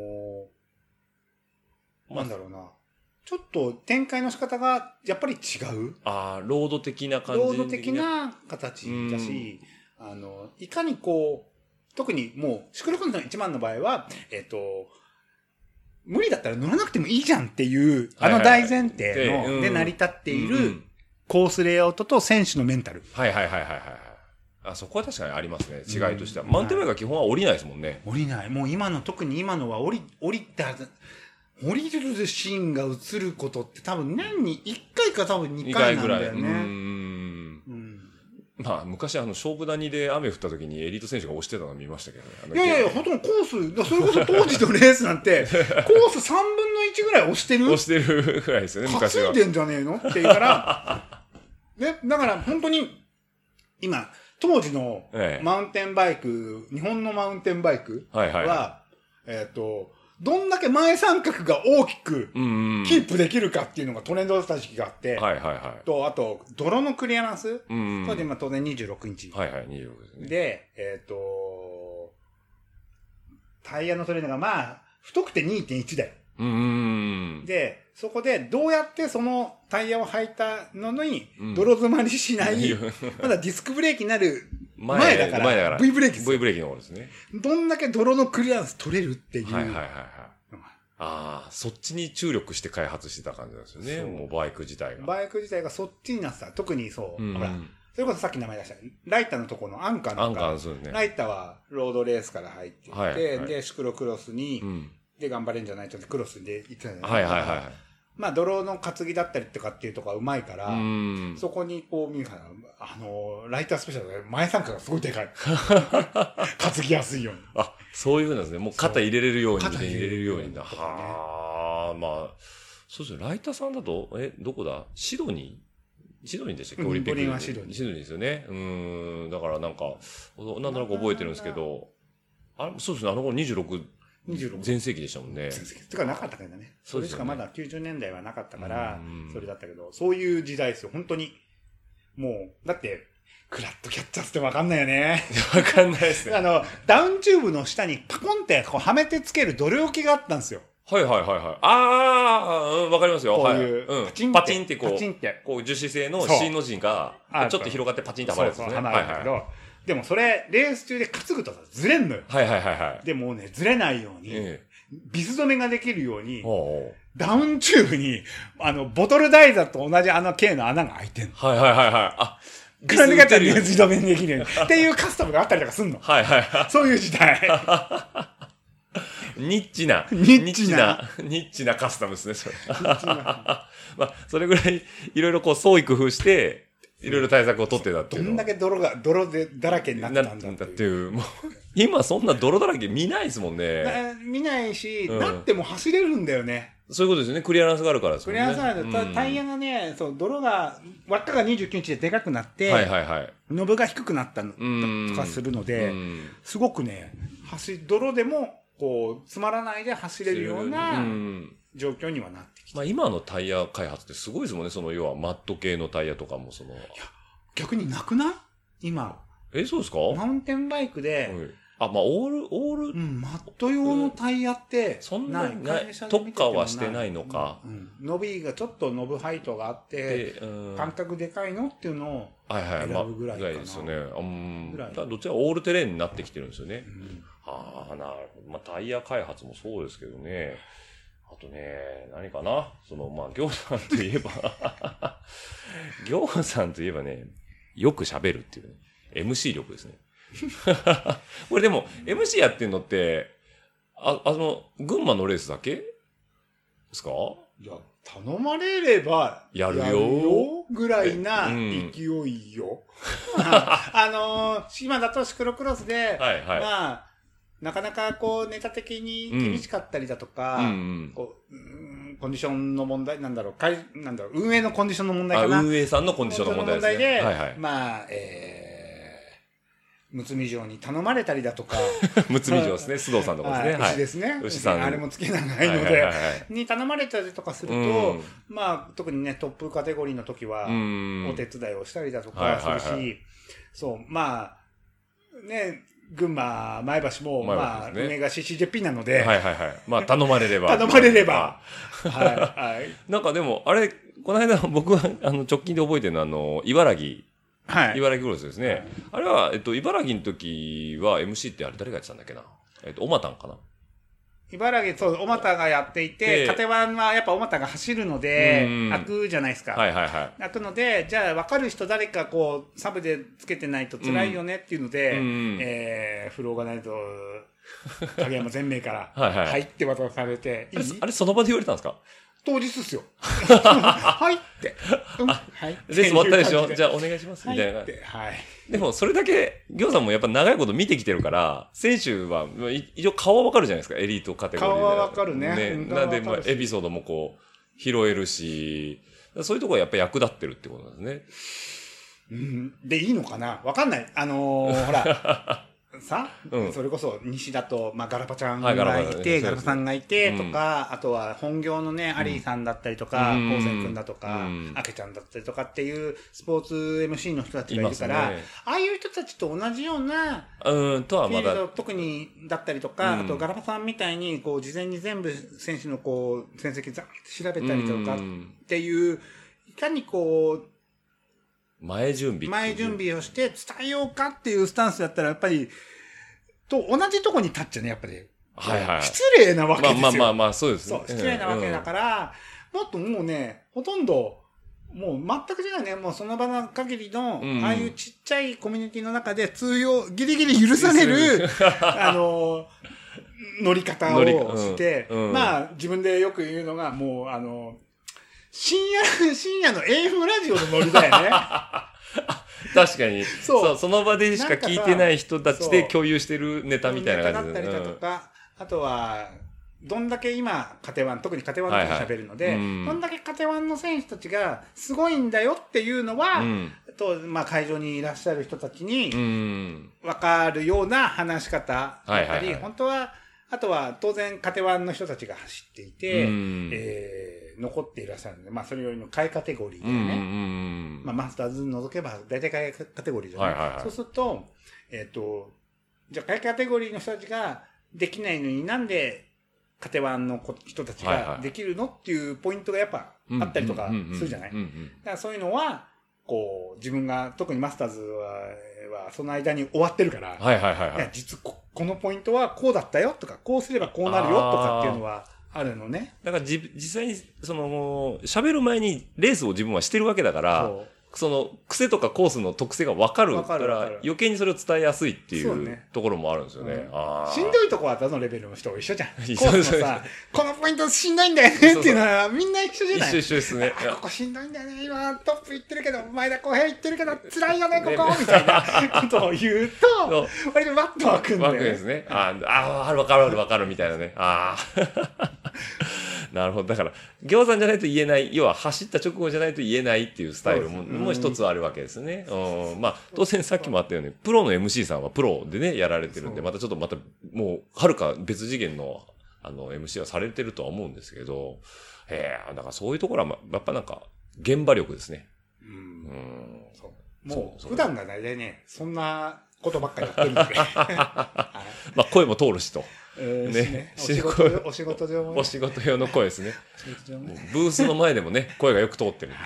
ー、なんだろうな。ちょっと展開の仕方がやっぱり違う。 ああ、ロード的な感じ。 ロード的な形だし、あの、いかにこう、特にもう、シクロクロスのいちばんの場合は、えっと、無理だったら乗らなくてもいいじゃんっていう、あの大前提の、で成り立っているコースレイアウトと選手のメンタル。 はいはいはいはいはい。あそこは確かにありますね。違いとしては。マウンテンバイクは基本は降りないですもんね。 降りない。もう今の、特に今のは降り、降りた、降りるシーンが映ることって多分年にいっかいか多分にかいなんだよね。うーん、うん、 まあ昔あの勝負谷で雨降った時にエリート選手が押してたの見ましたけどね。いやいや、ほとんどコース、それこそ当時のレースなんて、コースさんぶんのいちぐらい押してる押してるぐらいですよね、昔は。 稼いでんじゃねえのって言うから、ね、だから本当に、今、当時のマウンテンバイク、ええ、日本のマウンテンバイクは、はいはいはい、えっと、どんだけ前三角が大きくキープできるかっていうのがトレンドだった時期があって、はいはいはい。と、あと、泥のクリアランス、うんうん、当時今当然にじゅうろくインチ。 はいはい、にじゅうろくですね。 で、えっ、ー、と、タイヤのトレードがまあ、太くて にてんいち だよ。うん。で、そこでどうやってそのタイヤを履いたのに泥詰まりしない、うん、まだディスクブレーキになる前だから、前だから V ブレーキです。 V ブレーキの方ですね。 どんだけ泥のクリアランス取れるっていう。 はいはいはいはい。ああ、そっちに注力して開発してた感じなんですよね。もうバイク自体が。 バイク自体がそっちになってた。特にそう。うん、ほら、 それこそさっき名前出した、ライタのところのアンカーなんか、 アンカーそうですね。 ライタはロードレースから入っていって、はいはい、で、シクロクロスに、 うん、で、 頑張れんじゃないとってクロスで行ってたじゃないですか。 はいはいはい。 まあ、泥の担ぎだったりとかっていうところはうまいから、そこにこう見るから、あの、ライタースペシャルで前参加がすごいでかい。担ぎやすいように。 あ、そういうふうなんですね。もう肩入れれるように、肩入れれるようにだ。はあ、まあ、そうですね。ライターさんだと、え、どこだシドニーシドニーでしたっけオリンピック。 五輪はシドニー。 シドニーですよね。うん、だからなんか、なんとなく覚えてるんですけど、あそうですね。あの頃にじゅうろく、 にじゅうろく全盛期でしたもんね。 全盛期。てかなかったからね。それしかまだきゅうじゅうねんだいはなかったから、それだったけど、そういう時代ですよ。本当に。もう、だって、クラッドキャッチャーってわかんないよね。 わかんないですね。 あの、ダウンチューブの下にパコンってこうはめてつけるドル置きがあったんですよ。 はいはいはいはい。ああ、わかりますよ。 こういう、 はい、うん、 パチンって。 パチンってこう、 パチンって。 こう樹脂製の芯の芯が、ちょっと広がってパチンとはまるやつですね。 そうそう、はまるんだけど、はいはい、でもそれ、レース中で担ぐとさ、ずれんのよ。 はいはいはいはい。 でもね、ずれないように、ええ、ビス止めができるように、 おうおうダウンチューブに、あの、ボトル台座と同じあの径の穴が開いてんの。 はいはいはいはい。あ、 ビス止めにできるように。っていうカスタムがあったりとかすんの。 はいはいはい。 そういう時代。 ニッチな、 ニッチな、 ニッチなカスタムですね、それ。まあ、それぐらい、いろいろこう、創意工夫して、いろいろ対策を取ってたっていうの。 どんだけ泥が、泥で、だらけになったんだっていう。 っていう。もう、今そんな泥だらけ見ないですもんね。 見ないし、うん、なっても走れるんだよね。 そういうことですよね。クリアランスがあるからですもんね。 クリアランスがある。タイヤがね、そう、泥が、輪っかがにじゅうきゅうインチででかくなって、 はいはいはい。 ノブが低くなったのとかするので、すごくね、走、泥でも、こう、つまらないで走れるような状況にはなってきて。 まあ今のタイヤ開発ってすごいですもんね。その要はマット系のタイヤとかもその。いや、 逆になくない今。 え、そうですかマウンテンバイクで、 はい、あ、まあオール、オール。 うん、マット用のタイヤって、 そんなにない。特化はしてないのか。 うん。伸びがちょっと伸ぶハイトがあって、間隔でかいのっていうのを選ぶぐらいかな。はいはい、まあ、ぐらいですよね。うん。ぐらい。どっちらオールテレーンになってきてるんですよね。うんああ、なるほど。まあ、タイヤ開発もそうですけどね。あとね、何かなその、まあ、行さんといえば、行さんといえばね、よく喋るっていうね。エムシー 力ですね。これでも、エムシー やってんのって、あ、あの、群馬のレースだけですかいや、頼まれれば、 やるよ。やるよぐらいな勢いよ。うん、あのー、今だとシクロクロスで、はいはい、まあ、なかなかこうネタ的に厳しかったりだとか、うん、こう、うん、コンディションの問題なんだろう、かいなんだろう、運営のコンディションの問題かな。 運営さんのコンディションの問題ですね。問題で、はいはい、 まあ、えー、むつみ城に頼まれたりだとか。 むつみ城ですね、須藤さんのとこですね。 はい、牛ですね。 牛さん。 あれもつけ長いので、はいはいはい、に頼まれたりとかすると、うん、まあ、特にね、トップカテゴリーの時は、お手伝いをしたりだとかするし、はいはいはい、そう、まあ、ね、群馬、前橋も、ね、まあ、運営が シーシージェーピー なので。 はいはいはい。まあ、頼まれれば。 頼まれれば。はい、はい。 なんかでも、あれ、この間僕は、あの、直近で覚えてるのは、あの、茨城。はい。茨城クロスですね。はい、あれは、えっと、茨城の時は エムシー ってあれ誰がやってたんだっけな。えっと、おまたんかな。 茨城、そう、おまたがやっていて、カテワンはやっぱおまたが走るので、開くじゃないですか。はいはいはい。開くので、じゃあ分かる人誰かこう、サブでつけてないと辛いよねっていうので、うん、えー、フローがないと、影山全名から入って渡されて、 はいはい、あれ、あれその場で言われたんですか当日っすよ。はいって。うん、はい。 レース終わったでしょじゃあお願いします。みたいな。はい。でも、それだけ、行さんもやっぱ長いこと見てきてるから、選手は、一応顔はわかるじゃないですか、エリートカテゴリーで。 顔はわかるね。 ね。なんで、まあ、エピソードもこう、拾えるし、そういうところはやっぱり役立ってるってことなんですね。うん。で、いいのかなわかんない。あのー、ほら。さ、うん、それこそ西だと、まあ、ガラパちゃんがいて、はい、ガラパ、ね、ガラパさんがいてとか、うん、あとは本業のね、アリーさんだったりとか、コウセン君だとか、アケちゃんだったりとかっていうスポーツ エムシー の人たちがいるから、ね、ああいう人たちと同じような、 うん、とはまだ。 特にだったりとか、うん、あとガラパさんみたいに、こう、事前に全部選手のこう、戦績ざーって調べたりとかっていう、いかにこう、 前準備。 前準備をして伝えようかっていうスタンスだったら、やっぱり、と同じとこに立っちゃね、やっぱり。 はいはい。 失礼なわけですよ。 まあまあまあまあ、そうですね。 そう、失礼なわけだから、うん、もっともうね、ほとんど、 もう全く違うね。もうその場の限りの、うん、ああいうちっちゃいコミュニティの中で通用、ギリギリ許される、あの、乗り方をして、うんうん、まあ自分でよく言うのが、もうあの、深夜、深夜の エーエム ラジオのノリだよね。 確かにそう。そう、その場でしか聞いてない人たちで共有してるネタみたいな感じで。 だったりだとか、うん、あとは、どんだけ今、カテワン、特にカテワンの時喋るので、はいはいうん、どんだけカテワンの選手たちがすごいんだよっていうのは、うん、と、まあ会場にいらっしゃる人たちに、わかるような話し方だったり、はいはいはい、本当は、あとは当然カテワンの人たちが走っていて、えー、残っていらっしゃるので、まあそれよりも下位カテゴリーでね、まあマスターズ除けば大体下位カテゴリーじゃない、はいはいはい、そうすると、えっと、じゃあ下位カテゴリーの人たちができないのになんでカテワンの人たちができるのっていうポイントがやっぱあったりとかするじゃない。だからそういうのは、こう、自分が、特にマスターズは、はその間に終わってるから、 はいはいはいはい、いや実こ、このポイントはこうだったよとか、こうすればこうなるよとかっていうのはあるのね。 だからじ実際に、その、喋る前にレースを自分はしてるわけだから、その癖とかコースの特性が分かるから余計にそれを伝えやすいっていう、ね、ところもあるんですよね、うん、あしんどいとこは他のレベルの人も一緒じゃん。コースもさこのポイントしんどいんだよねっていうのはみんな一緒じゃない。 一緒一緒ですね。 ここしんどいんだよね今トップ行ってるけど前田浩平行ってるけど辛いよねここみたいなことを言うと割とワッと湧くんだよね。湧くんですね。 ああ分かる分かるみたいなね。ああなるほど。だから、餃子じゃないと言えない、要は走った直後じゃないと言えないっていうスタイルも、もう一つあるわけですね。うん、まあ、当然さっきもあったように、プロの エムシー さんはプロでね、やられてるんで、またちょっとまた、もう、はるか別次元の、あの、エムシー はされてるとは思うんですけど、ええ、だからそういうところは、やっぱなんか、現場力ですね。うん。うん、 そうもう、普段が大体ね、そんなことばっかりやってるんで。 まあ、声も通るしと。 ね、ねお仕事お仕事上も、 ね、お仕事用の声ですね。ブースの前でもね、声がよく通ってる。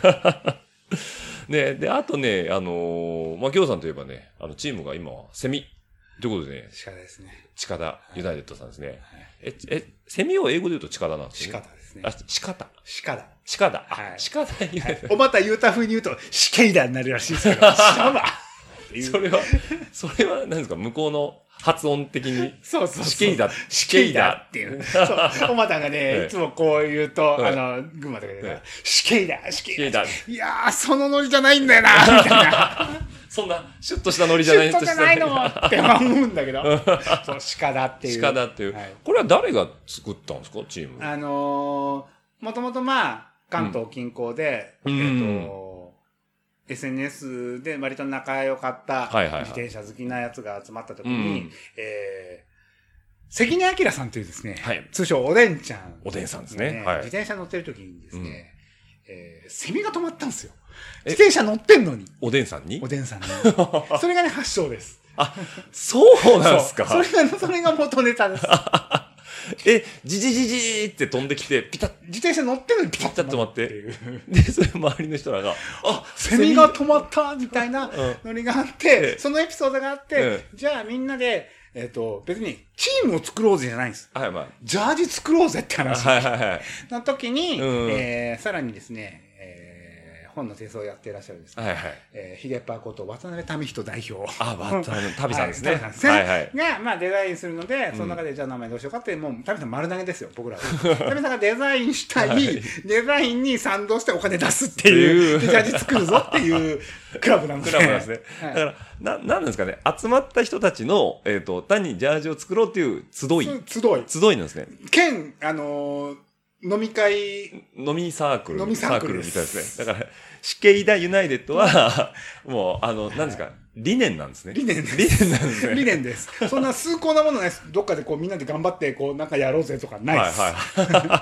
ね、で、あとね、あのー、まあ、きょうさんといえばね、あの、チームが今はセミ。ということでね。 近田ですね。 近田ユナイテッドさんですね。はい、え、え、セミを英語で言うと近田なんですね。 近田ですね。 あ、近田。 近田。 近田。はい。近田ユナイテッド。 おまた言うた風に言うと、シケイダになるらしいですけど、知らんわ。 それは、それは何ですか向こうの発音的に。 そうそうそう。 シケイダ。 シケイダっていう。そう。おまたがね、いつもこう言うと、あの、群馬とかで、シケイダ、シケイダ。いやー、そのノリじゃないんだよな、みたいな。 そんな、シュッとしたノリじゃないシュッとじゃないのって思うんだけど。そう、鹿だっていう。 鹿だっていう。これは誰が作ったんですか、チーム。 あのー、もともとまあ、関東近郊で、えっと、エスエヌエス で割と仲良かった自転車好きなやつが集まった時に、はいはいはい、えー、関根明さんというですね、はい、通称おでんちゃん、ね。 おでんさんですね。はい、 自転車乗ってる時にですね、うんえー、セミが止まったんですよ。自転車乗ってんのに。 おでんさんにおでんさんに。それがね、発祥です。 あ、そうなんですかそ。それが、それが元ネタです。 え、じじじじーって飛んできて、ピタッ。 自転車乗ってるのにピタッと止まって。で、それ周りの人らが、 あ、セミが止まったみたいなノリがあって、うん、そのエピソードがあって、うん、じゃあみんなで、えっと、別にチームを作ろうぜじゃないんです。 はい、まあ。 ジャージ作ろうぜって話。 はいはいはい。 の時に、うん、えー、さらにですね、本の清掃をやっていらっしゃるんですけど、はいはいえー、ヒデパーこと渡辺民人代表。 あ、渡辺民さんですね。 はい、さんはいはい、が、まあ、デザインするので、その中でじゃあ名前どうしようかって、もう、民さん丸投げですよ、僕らは。民さんがデザインしたい、はい、デザインに賛同してお金出すっていう、ジャージ作るぞっていうクラブなんですね。 クラブなんですね。はい、だから、な、なんなんですかね、集まった人たちの、えっと、単にジャージを作ろうっていう集い。 集い。 集いなんですね。 兼、あのー、飲み会。 飲みサークル。 飲みサークルみたいですね。だから、シケイダユナイテッドは、もう、あの、何ですか、理念なんですね。 理念です。 理念なんですね。 理念です。そんな崇高なものないです。どっかでこうみんなで頑張って、こうなんかやろうぜとかないです。はいはい。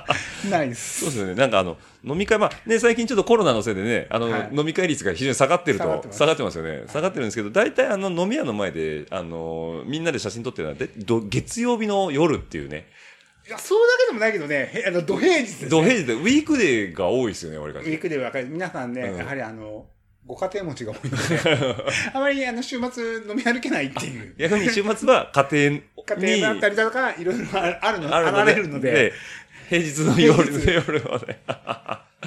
ないです。 そうですよね。なんかあの、飲み会、まあね、最近ちょっとコロナのせいでね、あの、はい、飲み会率が非常に下がってると、下がってますよね。下がってるんですけど、大体あの、飲み屋の前で、あの、みんなで写真撮ってるのは、で、月曜日の夜っていうね、 いや、そうだけでもないけどね、あの、土平日ですね。 土平日で、ウィークデーが多いですよね、俺が。 ウィークデーはかる。皆さんね、うん、やはりあの、ご家庭持ちが多いので、あまりあの、週末飲み歩けないっていう。 逆に週末は家庭に。 家庭だったりだとか、いろいろあるの、あられるので。 平日の夜の夜はね。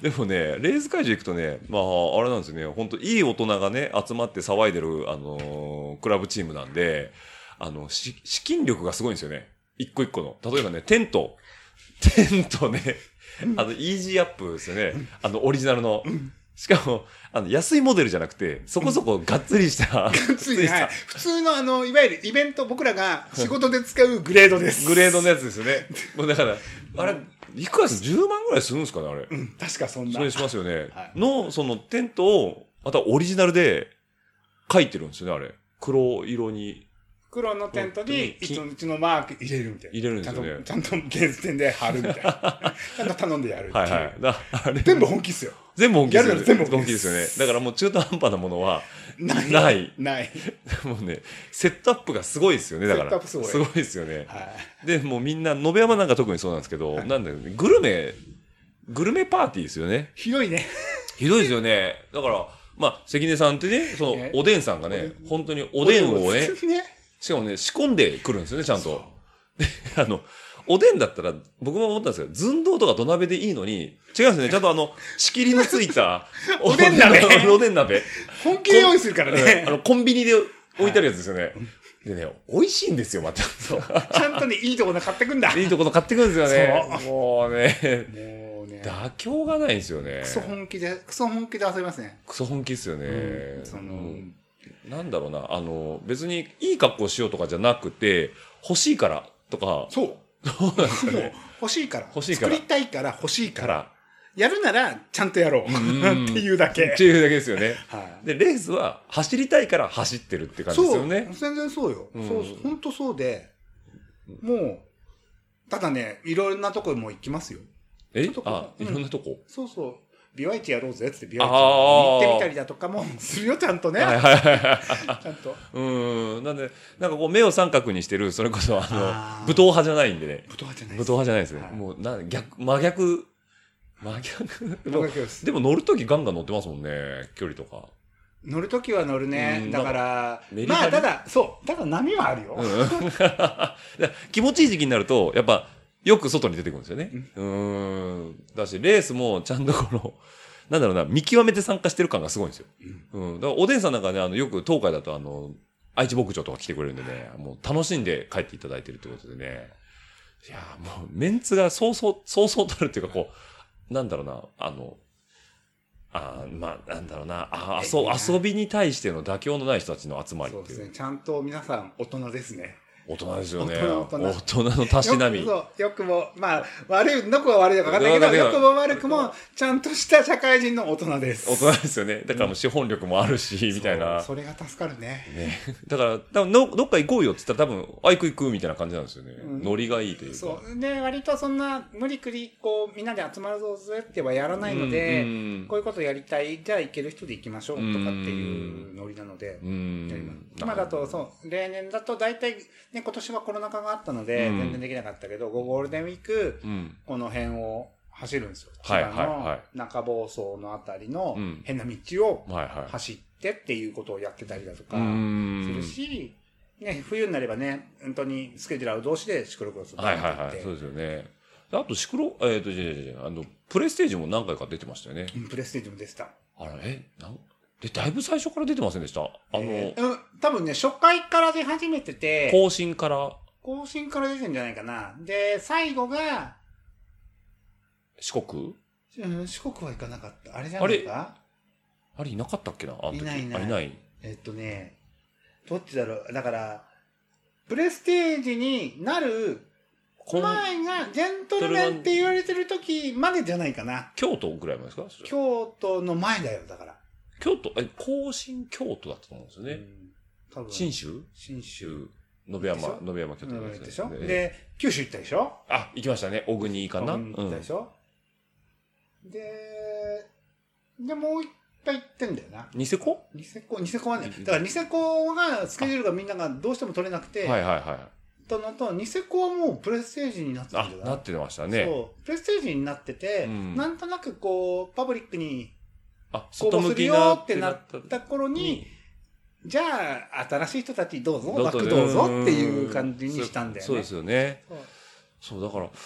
でもね、レース会場行くとね、まあ、あれなんですよね、本当いい大人がね、集まって騒いでる、あのー、クラブチームなんで、あの、し、資金力がすごいんですよね。一個一個の。例えばね、テント。テントね、あの、イージーアップですよね。あの、オリジナルの。しかも、あの、安いモデルじゃなくて、そこそこがっつりした。がっつりした。普通のあの、いわゆるイベント、僕らが仕事で使うグレードです。 グレードのやつですよね。もうだから、あれ、いくらですじゅうまんぐらいするんですかね、あれ。 うん、確かそんな。 それしますよね。はい、の、そのテントを、またオリジナルで書いてるんですよね、あれ。黒色に。 黒のテントに、いつのうちのマーク入れるみたいな。 入れるんですよね。 ちゃんと、ちゃんと現時点で貼るみたいな。ちゃんと頼んでやるっていう。はいはい。 だあれ全部本気っすよ。 全部本気ですよね。 全部本気ですよね。だからもう中途半端なものは、 ない。 ない。 ない。 もうね、セットアップがすごいですよね、だから。セットアップすごい。すごいですよね。はい。で、もうみんな、延山なんか特にそうなんですけど、はい、なんだよね、グルメ、グルメパーティーですよね。 ひどいね。 ひどいですよね。だから、まあ、関根さんってね、その、おでんさんがね、本当におでんをね、しかもね、仕込んでくるんですよね、ちゃんと。で、あの、おでんだったら、僕も思ったんですけど、寸胴とか土鍋でいいのに、違うんですね、ちゃんとあの、仕切りのついた、 おでん鍋おでん鍋。 本気で用意するからね。 あの、コンビニで置いてあるやつですよね。はい、でね、美味しいんですよ、また。 そう。ちゃんとね、いいところ買ってくんだ。 いいところ買ってくんですよね。 そう。 もうね。もうね。妥協がないんですよね。 クソ本気で、クソ本気で遊びますね。 クソ本気ですよね。 うん、その、 なんだろうな、あの、別にいい格好しようとかじゃなくて、欲しいからとか。 そう。そうなんですよね。欲しいから。 欲しいから。 作りたいから欲しいから。やるなら、ちゃんとやろう。っていうだけ。 っていうだけですよね。はい。で、レースは走りたいから走ってるって感じですよね。 そう。全然そうよ。そう、本当そうで、もう、ただね、いろんなとこも行きますよ。 えあ、いろんなとこそうそう。ビワイチやろうぜってビワイチに行ってみたりだとかもするよ、ちゃんとね。はいはいはい。ちゃんと。 うん。なんで、なんかこう目を三角にしてる、それこそあの、武闘派じゃないんでね。 武闘派じゃないです。武闘派じゃないですね。はい、もう、な、逆、真逆、真逆。真逆です。でも乗るときガンガン乗ってますもんね、距離とか。 乗るときは乗るね。だから、まあ、ただ、そう、ただ波はあるよ。うん、 気持ちいい時期になると、やっぱ、よく外に出てくるんですよね。うん。ん。だし、レースもちゃんとこの、なんだろうな、見極めて参加してる感がすごいんですよ。うん。うん、だから、おでんさんなんかね、あの、よく東海だと、あの、愛知牧場とか来てくれるんでね、もう楽しんで帰っていただいてるということでね。いやもう、メンツがそうそう、そうそうとあるっていうか、こう、なんだろうな、あの、あまあ、なんだろうな、あ遊、遊びに対しての妥協のない人たちの集まりっていう。 そうですね。ちゃんと皆さん大人ですね。 大人ですよね。大人。大人のたしなみ。 そう。よくも、まあ、悪い、どこが悪いのか分かんないけど、よくも悪くも、ちゃんとした社会人の大人です。 大人ですよね。だからもう資本力もあるし、みたいな。 それが助かるね。 ね。だから、多分どっか行こうよって言ったら多分、あ、行く行くみたいな感じなんですよね。ノリがいいというか。 そう。で、割とそんな、無理くり、こう、みんなで集まるぞぜってはやらないので、こういうことやりたい、じゃあ行ける人で行きましょうとかっていうノリなので、今だと、そう、例年だと大体、ね、今年はコロナ禍があったので、全然できなかったけど、ゴールデンウィーク、この辺を走るんですよ。千葉の中房総のあたりの変な道を走ってっていうことをやってたりだとかするし、ね、冬になればね、本当にスケジュール同士でシクロクロスをはいはいはい、そうですよね。あとシクロ、えっ、ー、と、じゃじゃあの、プレステージも何回か出てましたよね。 うん、プレステージも出てた。 あれ、え、なんで、だいぶ最初から出てませんでした？あの、 えー、うん、多分ね、初回から出始めてて、 更新から。 更新から出てるんじゃないかな。で、最後が、 四国？ うん、四国は行かなかった。あれじゃないか？ あれいなかったっけな？あの時。 いないいない。 あ、いない。 えっとね、どっちだろう。だから、プレステージになる前がジェントルメンって言われてる時までじゃないかな。 京都ぐらい前ですか？ 京都の前だよ、だから。 京都、え、更新京都だったと思うんですよね。うん、多分。信州？ 信州。 延山、延山京都でしょ。で、九州行ったでしょ。 あ、行きましたね。小国かな。 小国行ったでしょ。うん、で、で、もう一回行ってんだよな。 ニセコ？ ニセコ、ニセコはね、だからニセコが、スケジュールがみんながどうしても取れなくて、 はいはいはい。 とのと、ニセコはもうプレステージになってたんだよな。 なってましたね。 そう。プレステージになってて、うん、なんとなくこう、パブリックに、 あ、 公募するよってなった頃に、じゃあ、新しい人たちどうぞ、バックどうぞっていう感じにしたんだよね。 そうですよね。そう、だから、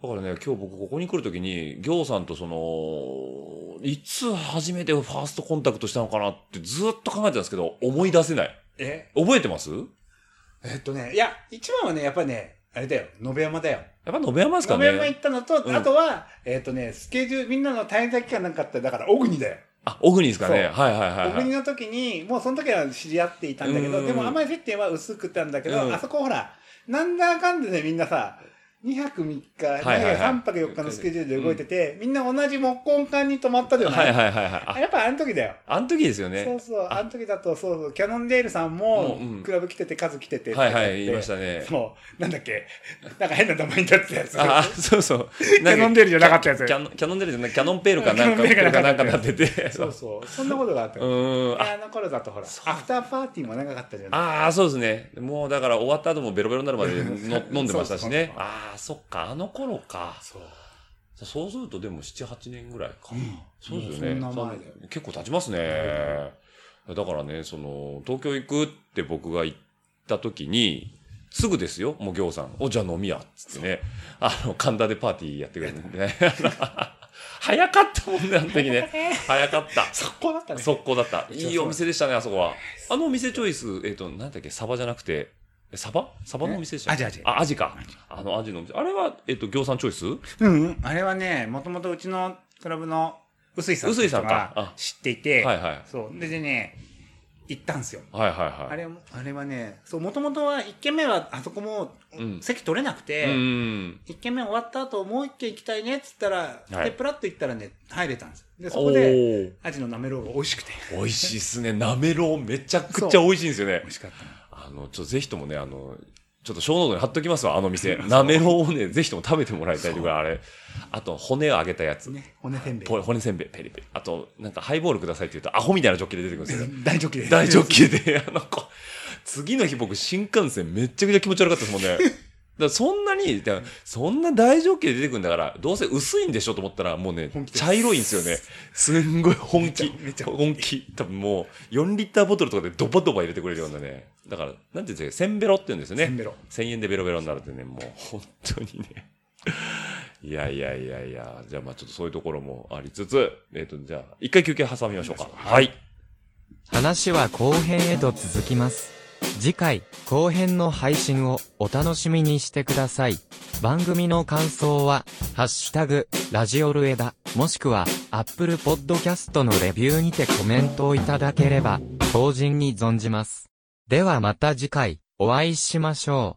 だからね、今日僕ここに来るときに、行さんとその、いつ初めてファーストコンタクトしたのかなってずっと考えてたんですけど、思い出せない。え覚えてます？ えっとね、いや、一番はね、やっぱりね、あれだよ、延山だよ。 やっぱ延山ですかね。 延山行ったのと、うん、あとは、えっとね、スケジュール、みんなの滞在期間なんかあったら、だから、小国だよ。 あ、小国ですかね。はいはいはい、はい。 小国の時に、もうその時は知り合っていたんだけど、でもあんまり接点は薄くたんだけど、うん、あそこほら、なんだかんだね、みんなさ、にはくみっか、さんぱくよっかのスケジュールで動いてて、うん、みんな同じ木工館に泊まったじゃない。はいはいはいはい。やっぱあの時だよ。 あの時ですよね。 そうそう、あの時だと、そうそう、キャノンデールさんも、クラブ来てて、数来てて。 はいはい、言いましたね。 そう、なんだっけ、なんか変な名前になってたやつ。 あ、そうそう。 キャノンデールじゃなかったやつ。 キャノンデールじゃなくて、キャノンペールかなんか、かなんかなってて。 そうそう、そんなことがあった。うん。あの頃だとほら、アフターパーティーも長かったじゃない。 ああ、そうですね。もうだから終わった後もベロベロになるまで飲んでましたしね。ああ、そっか、あの頃か。そう。そうするとでもなな、はちねんぐらいか。うん、そうですよね。そんな前だよね。結構経ちますね。だからね、その、東京行くって僕が行った時に、すぐですよ、もう行さん。お、じゃあ飲みや、つってね。あの、神田でパーティーやってくれるんでね。早かったもんね、あの時ね。早かった。 速攻だったね。 速攻だった。いいお店でしたね、あそこは。あのお店チョイス、えっと、なんだっけ、サバじゃなくて、サバサバのお店でしたっけ？ アジアジ。 あ、アジか。あのアジのお店。あれは、えっと、行さんチョイス？ うん、うん。あれはね、もともとうちのクラブの臼井さんって人が知っていて、 はいはい。 そう。でね、行ったんですよ。 はいはいはい。 あれ、あれはね、そう、もともとは一軒目はあそこも席取れなくて、うん、一軒目終わった後もう一軒行きたいねっつったら、はい、で、プラッと行ったらね、入れたんですよ。で、そこで、アジのなめろうが美味しくて。 美味しいっすね。なめろうめちゃくちゃ美味しいんですよね。 美味しかった。 あの、ちょっとぜひともね、あの、ちょっと小ノートに貼っときますわ、あの店。なめろうをね、ぜひとも食べてもらいたいというか、あれ。あと、骨を揚げたやつ。 ね、骨せんべい。 骨せんべい、ペリペリ。あと、なんかハイボールくださいって言うと、アホみたいなジョッキで出てくるんですよ。 大ジョッキで。 大ジョッキで。あの、次の日僕、新幹線めっちゃくちゃ気持ち悪かったですもんね。だからそんなに、そんな大ジョッキで出てくるんだから、どうせ薄いんでしょと思ったら、もうね、茶色いんですよね。すんごい本気。めっちゃ本気。多分もう、よんリッターボトルとかでドバドバ入れてくれるようなね。だから、なんていうんですか、せんベロって言うんですよね。せんベロ。せんえんでベロベロになるってね、もう、本当にね。いやいやいやいや、じゃあまあちょっとそういうところもありつつ、えっと、じゃあ、一回休憩挟みましょうか。はい。 話は後編へと続きます。次回後編の配信をお楽しみにしてください。番組の感想はハッシュタグラジオルエダもしくは Apple Podcast のレビューにてコメントをいただければ後人に存じます。ではまた次回お会いしましょう。